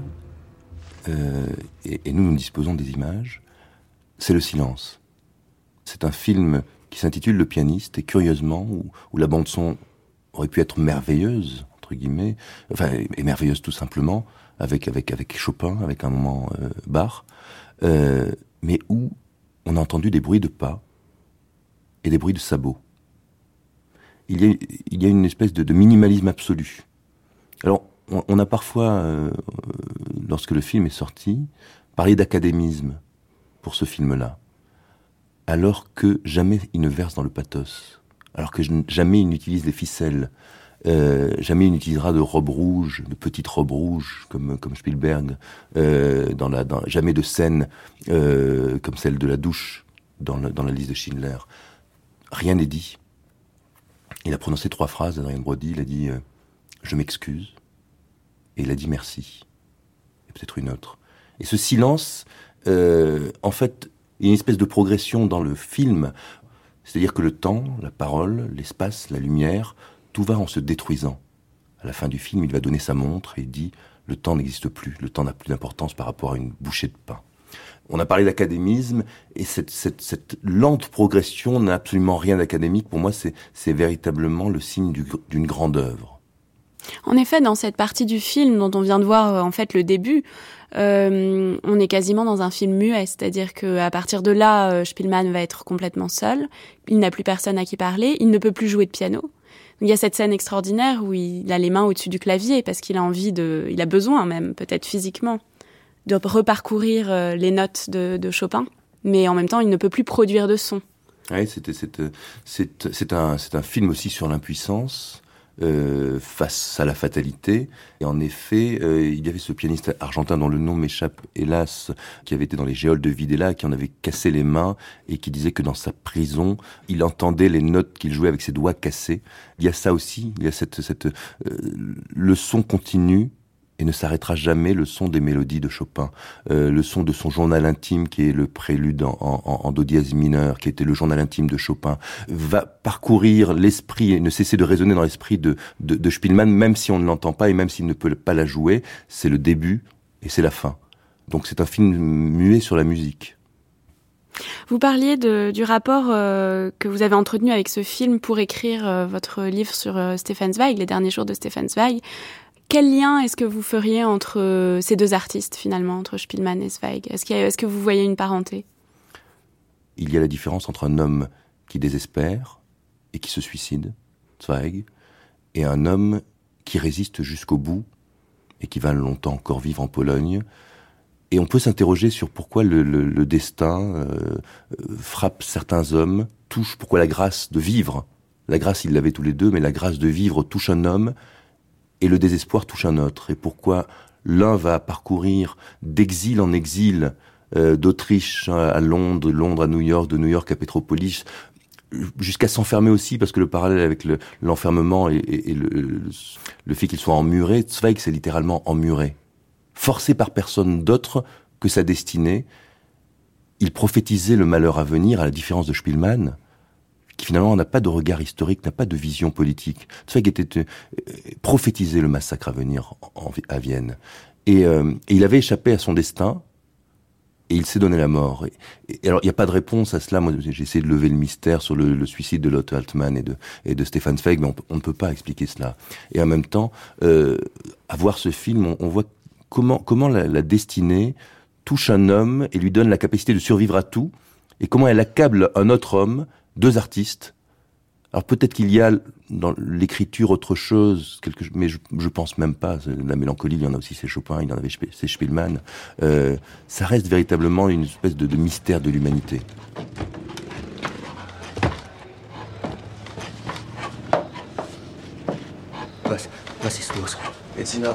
et nous disposons des images, c'est le silence. C'est un film qui s'intitule Le pianiste, et curieusement, où la bande-son aurait pu être merveilleuse, guillemets, enfin, et merveilleuse tout simplement, avec Chopin, avec un moment Bach, mais où on a entendu des bruits de pas et des bruits de sabots. Il y a une espèce de minimalisme absolu. Alors, on a parfois, lorsque le film est sorti, parlé d'académisme pour ce film-là, alors que jamais il ne verse dans le pathos, alors que jamais il n'utilise les ficelles. Jamais il n'utilisera de robe rouge, de petite robe rouge comme Spielberg. Jamais de scène comme celle de la douche dans la liste de Schindler. Rien n'est dit. Il a prononcé 3 phrases, Adrien Brody. Il a dit je m'excuse, et il a dit merci, et peut-être une autre. Et ce silence, en fait, il y a une espèce de progression dans le film. C'est-à-dire que le temps, la parole, l'espace, la lumière, tout va en se détruisant. À la fin du film, il va donner sa montre et il dit « Le temps n'existe plus, le temps n'a plus d'importance par rapport à une bouchée de pain ». On a parlé d'académisme, et cette lente progression n'a absolument rien d'académique. Pour moi, c'est véritablement le signe d'une grande œuvre. En effet, dans cette partie du film dont on vient de voir en fait le début, on est quasiment dans un film muet, c'est-à-dire qu'à partir de là, Spielmann va être complètement seul, il n'a plus personne à qui parler, il ne peut plus jouer de piano. Il y a cette scène extraordinaire où il a les mains au-dessus du clavier parce qu'il a il a besoin même, peut-être physiquement, de reparcourir les notes de Chopin, mais en même temps, il ne peut plus produire de son. Oui, c'est un film aussi sur l'impuissance. Face à la fatalité. Et en effet, il y avait ce pianiste argentin dont le nom m'échappe, hélas, qui avait été dans les geôles de Videla, qui en avait cassé les mains et qui disait que dans sa prison, il entendait les notes qu'il jouait avec ses doigts cassés. Il y a ça aussi, il y a le son continue et ne s'arrêtera jamais, le son des mélodies de Chopin, le son de son journal intime qui est le prélude en do dièse mineur, qui était le journal intime de Chopin, va parcourir l'esprit et ne cesser de résonner dans l'esprit de Spielmann, même si on ne l'entend pas et même s'il ne peut pas la jouer. C'est le début et c'est la fin. Donc c'est un film muet sur la musique. Vous parliez du rapport que vous avez entretenu avec ce film pour écrire votre livre sur Stefan Zweig, Les derniers jours de Stefan Zweig. Quel lien est-ce que vous feriez entre ces deux artistes, finalement, entre Spielmann et Zweig ? Est-ce que vous voyez une parenté ? Il y a la différence entre un homme qui désespère et qui se suicide, Zweig, et un homme qui résiste jusqu'au bout et qui va longtemps encore vivre en Pologne. Et on peut s'interroger sur pourquoi le destin frappe certains hommes, touche, pourquoi la grâce de vivre, la grâce ils l'avaient tous les deux, mais la grâce de vivre touche un homme, et le désespoir touche un autre. Et pourquoi l'un va parcourir d'exil en exil, d'Autriche à Londres, de Londres à New York, de New York à Petropolis, jusqu'à s'enfermer aussi, parce que le parallèle avec l'enfermement et le fait qu'il soit emmuré, Zweig c'est littéralement emmuré. Forcé par personne d'autre que sa destinée, il prophétisait le malheur à venir, à la différence de Spielmann, qui finalement n'a pas de regard historique, n'a pas de vision politique. Zweig prophétisait le massacre à venir à Vienne. Et il avait échappé à son destin, et il s'est donné la mort. Et alors, il n'y a pas de réponse à cela. Moi, j'ai essayé de lever le mystère sur le suicide de Lotte Altmann et de Stefan Zweig, mais on ne peut pas expliquer cela. Et en même temps, à voir ce film, on voit comment la destinée touche un homme et lui donne la capacité de survivre à tout, et comment elle accable un autre homme, deux artistes. Alors peut-être qu'il y a dans l'écriture autre chose, mais je pense même pas. La mélancolie, il y en a aussi chez Chopin, il y en avait chez Spielmann. Ça reste véritablement une espèce de mystère de l'humanité. Was ist los? Jetzt hinab.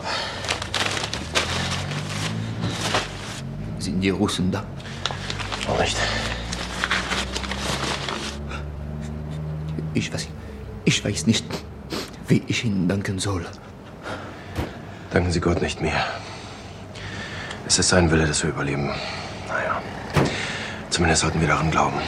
Sind die Russen da? Noch nicht. Ich weiß nicht, wie ich Ihnen danken soll. Danken Sie Gott nicht mehr. Es ist sein Wille, dass wir überleben. Naja, zumindest sollten wir daran glauben.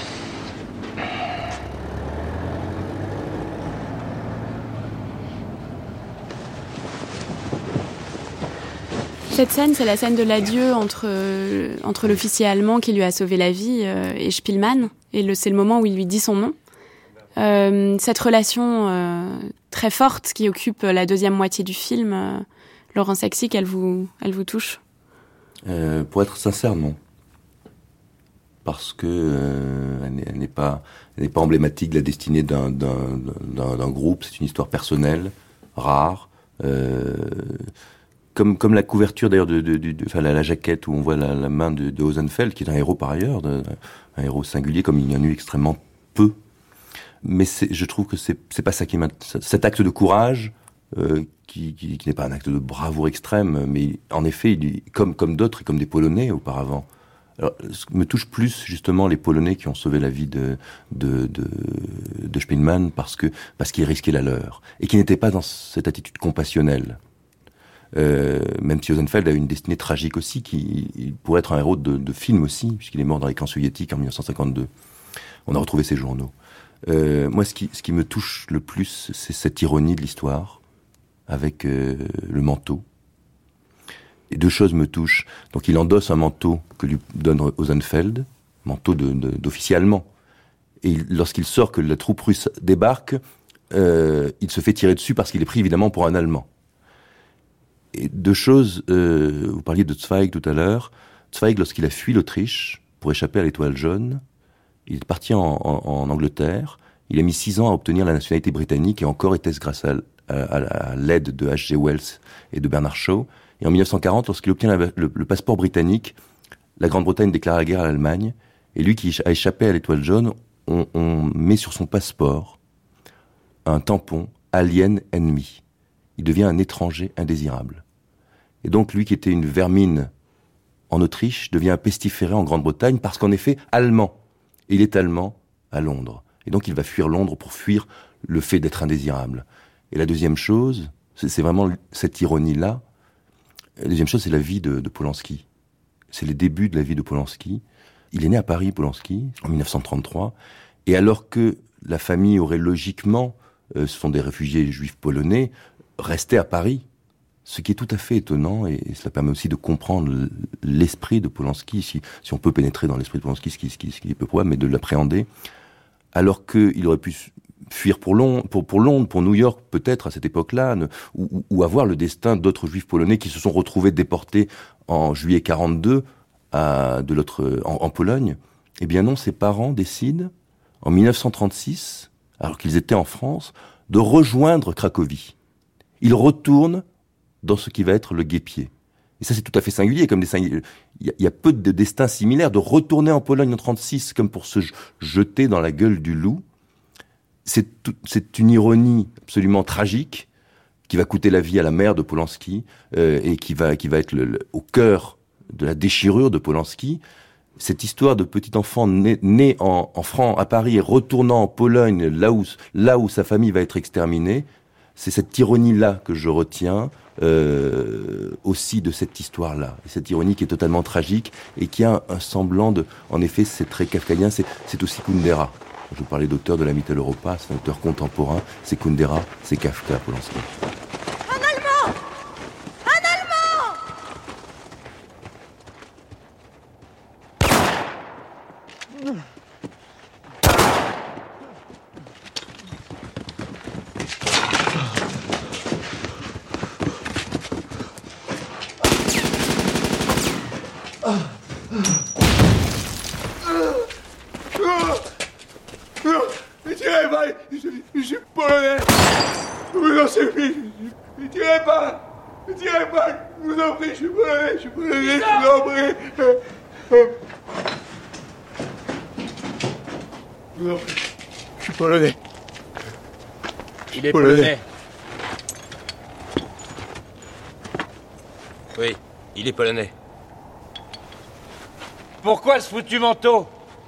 Cette scène, c'est la scène de l'adieu entre l'officier allemand qui lui a sauvé la vie et Spielmann. Et c'est le moment où il lui dit son nom. Cette relation très forte qui occupe la deuxième moitié du film, Laurent Saxic, elle vous touche ? Pour être sincère, non. Parce que elle n'est pas emblématique de la destinée d'un groupe. C'est une histoire personnelle, rare. Comme la couverture d'ailleurs la jaquette où on voit la main de Hosenfeld, qui est un héros par ailleurs, un héros singulier, comme il y en a eu extrêmement peu. Mais je trouve que c'est pas ça qui m'intéresse. Cet acte de courage qui n'est pas un acte de bravoure extrême, mais en effet, comme d'autres, et comme des Polonais auparavant. Alors, ce qui me touche plus, justement, les Polonais qui ont sauvé la vie de Spiegelman parce qu'ils risquaient la leur, et qui n'étaient pas dans cette attitude compassionnelle. Même si Rosenfeld a une destinée tragique aussi, il pourrait être un héros de film aussi, puisqu'il est mort dans les camps soviétiques en 1952. On a retrouvé ses journaux. Moi, ce qui me touche le plus, c'est cette ironie de l'histoire, avec le manteau. Et deux choses me touchent. Donc il endosse un manteau que lui donne Rosenfeld, manteau d'officier allemand. Et lorsqu'il sort, que la troupe russe débarque, il se fait tirer dessus parce qu'il est pris évidemment pour un Allemand. Et deux choses, vous parliez de Zweig tout à l'heure. Zweig, lorsqu'il a fui l'Autriche pour échapper à l'Étoile jaune, il est parti en Angleterre. Il a mis 6 ans à obtenir la nationalité britannique, et encore était-ce grâce à l'aide de H.G. Wells et de Bernard Shaw. Et en 1940, lorsqu'il obtient le passeport britannique, la Grande-Bretagne déclare la guerre à l'Allemagne, et lui qui a échappé à l'Étoile jaune, on met sur son passeport un tampon Alien Enemy. Il devient un étranger indésirable. Et donc lui qui était une vermine en Autriche devient un pestiféré en Grande-Bretagne parce qu'en effet, allemand. Et il est allemand à Londres. Et donc il va fuir Londres pour fuir le fait d'être indésirable. Et la deuxième chose, c'est vraiment cette ironie-là. La deuxième chose, c'est la vie de Polanski. C'est les débuts de la vie de Polanski. Il est né à Paris, Polanski, en 1933. Et alors que la famille aurait logiquement, ce sont des réfugiés juifs polonais, resté à Paris. Ce qui est tout à fait étonnant, et cela permet aussi de comprendre l'esprit de Polanski, si on peut pénétrer dans l'esprit de Polanski, ce qui est peu probable, mais de l'appréhender. Alors qu'il aurait pu fuir pour Londres, pour New York, peut-être à cette époque-là, ou avoir le destin d'autres juifs polonais qui se sont retrouvés déportés en juillet 42 en Pologne. Eh bien non, ses parents décident, en 1936, alors qu'ils étaient en France, de rejoindre Cracovie. Ils retournent dans ce qui va être le guêpier. Et ça, c'est tout à fait singulier. Il y a peu de destins similaires. De retourner en Pologne en 1936 comme pour se jeter dans la gueule du loup, c'est une ironie absolument tragique qui va coûter la vie à la mère de Polanski et qui va être au cœur de la déchirure de Polanski. Cette histoire de petit enfant né en France, à Paris, et retournant en Pologne, là où sa famille va être exterminée, c'est cette ironie-là que je retiens aussi de cette histoire-là. Et cette ironie qui est totalement tragique et qui a un semblant de... En effet, c'est très kafkaïen, c'est aussi Kundera. Je vous parlais d'auteur de la Mitteleuropa, c'est un auteur contemporain, c'est Kundera, c'est Kafka, Polanski. Un Allemand! Un Allemand! Ne tirez pas, je suis polonais. Je vous en supplie, ne tirez pas, je vous en prie, je suis polonais, je vous en prie. Je suis polonais. Il est polonais. Oui, il est polonais. Pourquoi ce foutu manteau?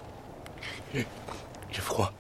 J'ai froid.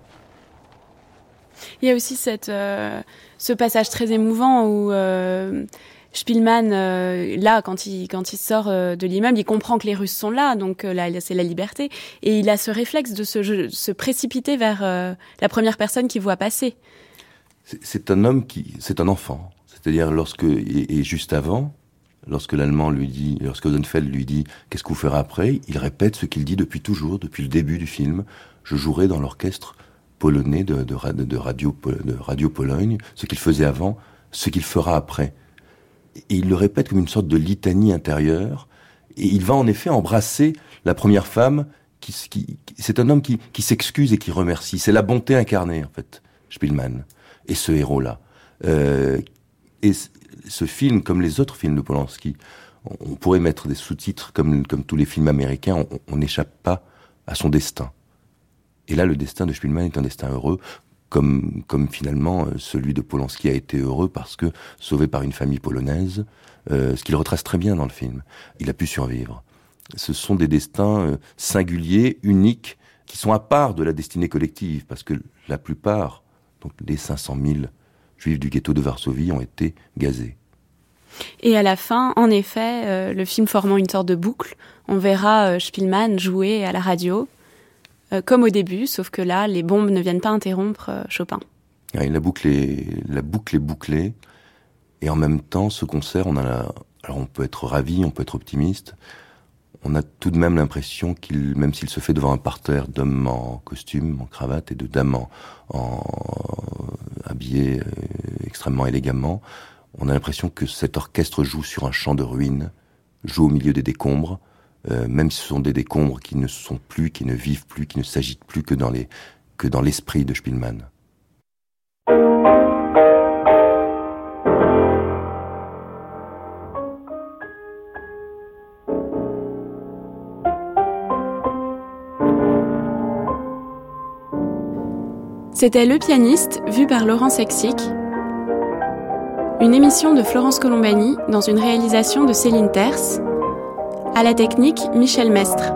Il y a aussi ce passage très émouvant où Spiegelman, là, quand il sort de l'immeuble, il comprend que les Russes sont là, donc là, c'est la liberté. Et il a ce réflexe de se précipiter vers la première personne qu'il voit passer. C'est un enfant. C'est-à-dire et juste avant, lorsque Rosenfeld lui dit « Qu'est-ce que vous ferez après ?», il répète ce qu'il dit depuis toujours, depuis le début du film. « Je jouerai dans l'orchestre polonais de Radio Pologne, ce qu'il faisait avant, ce qu'il fera après. » Et il le répète comme une sorte de litanie intérieure. Et il va en effet embrasser la première femme. C'est un homme qui s'excuse et qui remercie. C'est la bonté incarnée, en fait, Spiegelman. Et ce héros-là. Et ce film, comme les autres films de Polanski, on pourrait mettre des sous-titres comme tous les films américains, on n'échappe pas à son destin. Et là, le destin de Spiegelman est un destin heureux, comme finalement celui de Polanski a été heureux parce que, sauvé par une famille polonaise, ce qu'il retrace très bien dans le film, il a pu survivre. Ce sont des destins singuliers, uniques, qui sont à part de la destinée collective, parce que la plupart, donc les 500 000 juifs du ghetto de Varsovie ont été gazés. Et à la fin, en effet, le film formant une sorte de boucle, on verra Spilman jouer à la radio, comme au début, sauf que là, les bombes ne viennent pas interrompre Chopin. Et la boucle est bouclée, et en même temps, ce concert, alors on peut être ravi, on peut être optimiste, on a tout de même l'impression même s'il se fait devant un parterre d'hommes en costume, en cravate, et de dames habillées extrêmement élégamment, on a l'impression que cet orchestre joue sur un champ de ruines, joue au milieu des décombres, même si ce sont des décombres qui ne sont plus, qui ne vivent plus, qui ne s'agitent plus que dans l'esprit de Spilman. C'était Le Pianiste, vu par Laurent Sexic. Une émission de Florence Colombani dans une réalisation de Céline Terce. À la technique, Michel Mestre.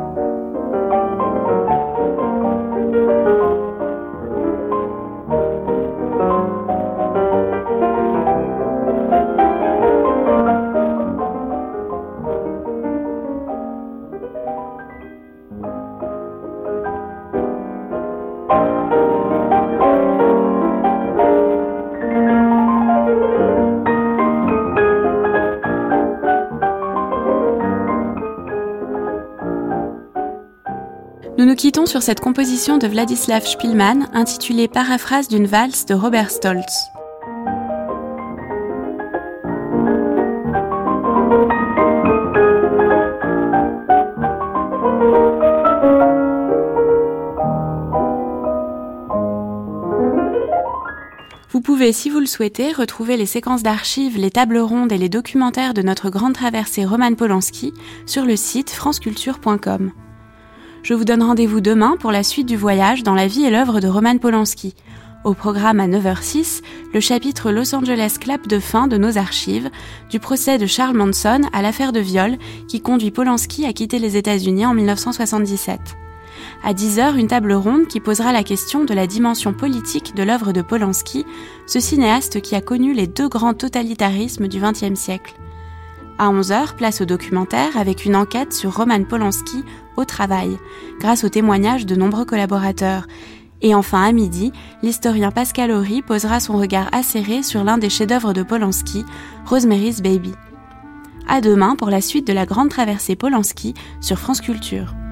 Nous nous quittons sur cette composition de Władysław Szpilman intitulée Paraphrase d'une valse de Robert Stolz. Vous pouvez, si vous le souhaitez, retrouver les séquences d'archives, les tables rondes et les documentaires de notre grande traversée Roman Polanski sur le site franceculture.com. Je vous donne rendez-vous demain pour la suite du voyage dans la vie et l'œuvre de Roman Polanski. Au programme à 9h06, le chapitre Los Angeles clap de fin de nos archives, du procès de Charles Manson à l'affaire de viol qui conduit Polanski à quitter les États-Unis en 1977. À 10h, une table ronde qui posera la question de la dimension politique de l'œuvre de Polanski, ce cinéaste qui a connu les deux grands totalitarismes du XXe siècle. À 11h, place au documentaire avec une enquête sur Roman Polanski au travail, grâce aux témoignages de nombreux collaborateurs. Et enfin, à midi, l'historien Pascal Horry posera son regard acéré sur l'un des chefs-d'œuvre de Polanski, Rosemary's Baby. À demain pour la suite de la grande traversée Polanski sur France Culture.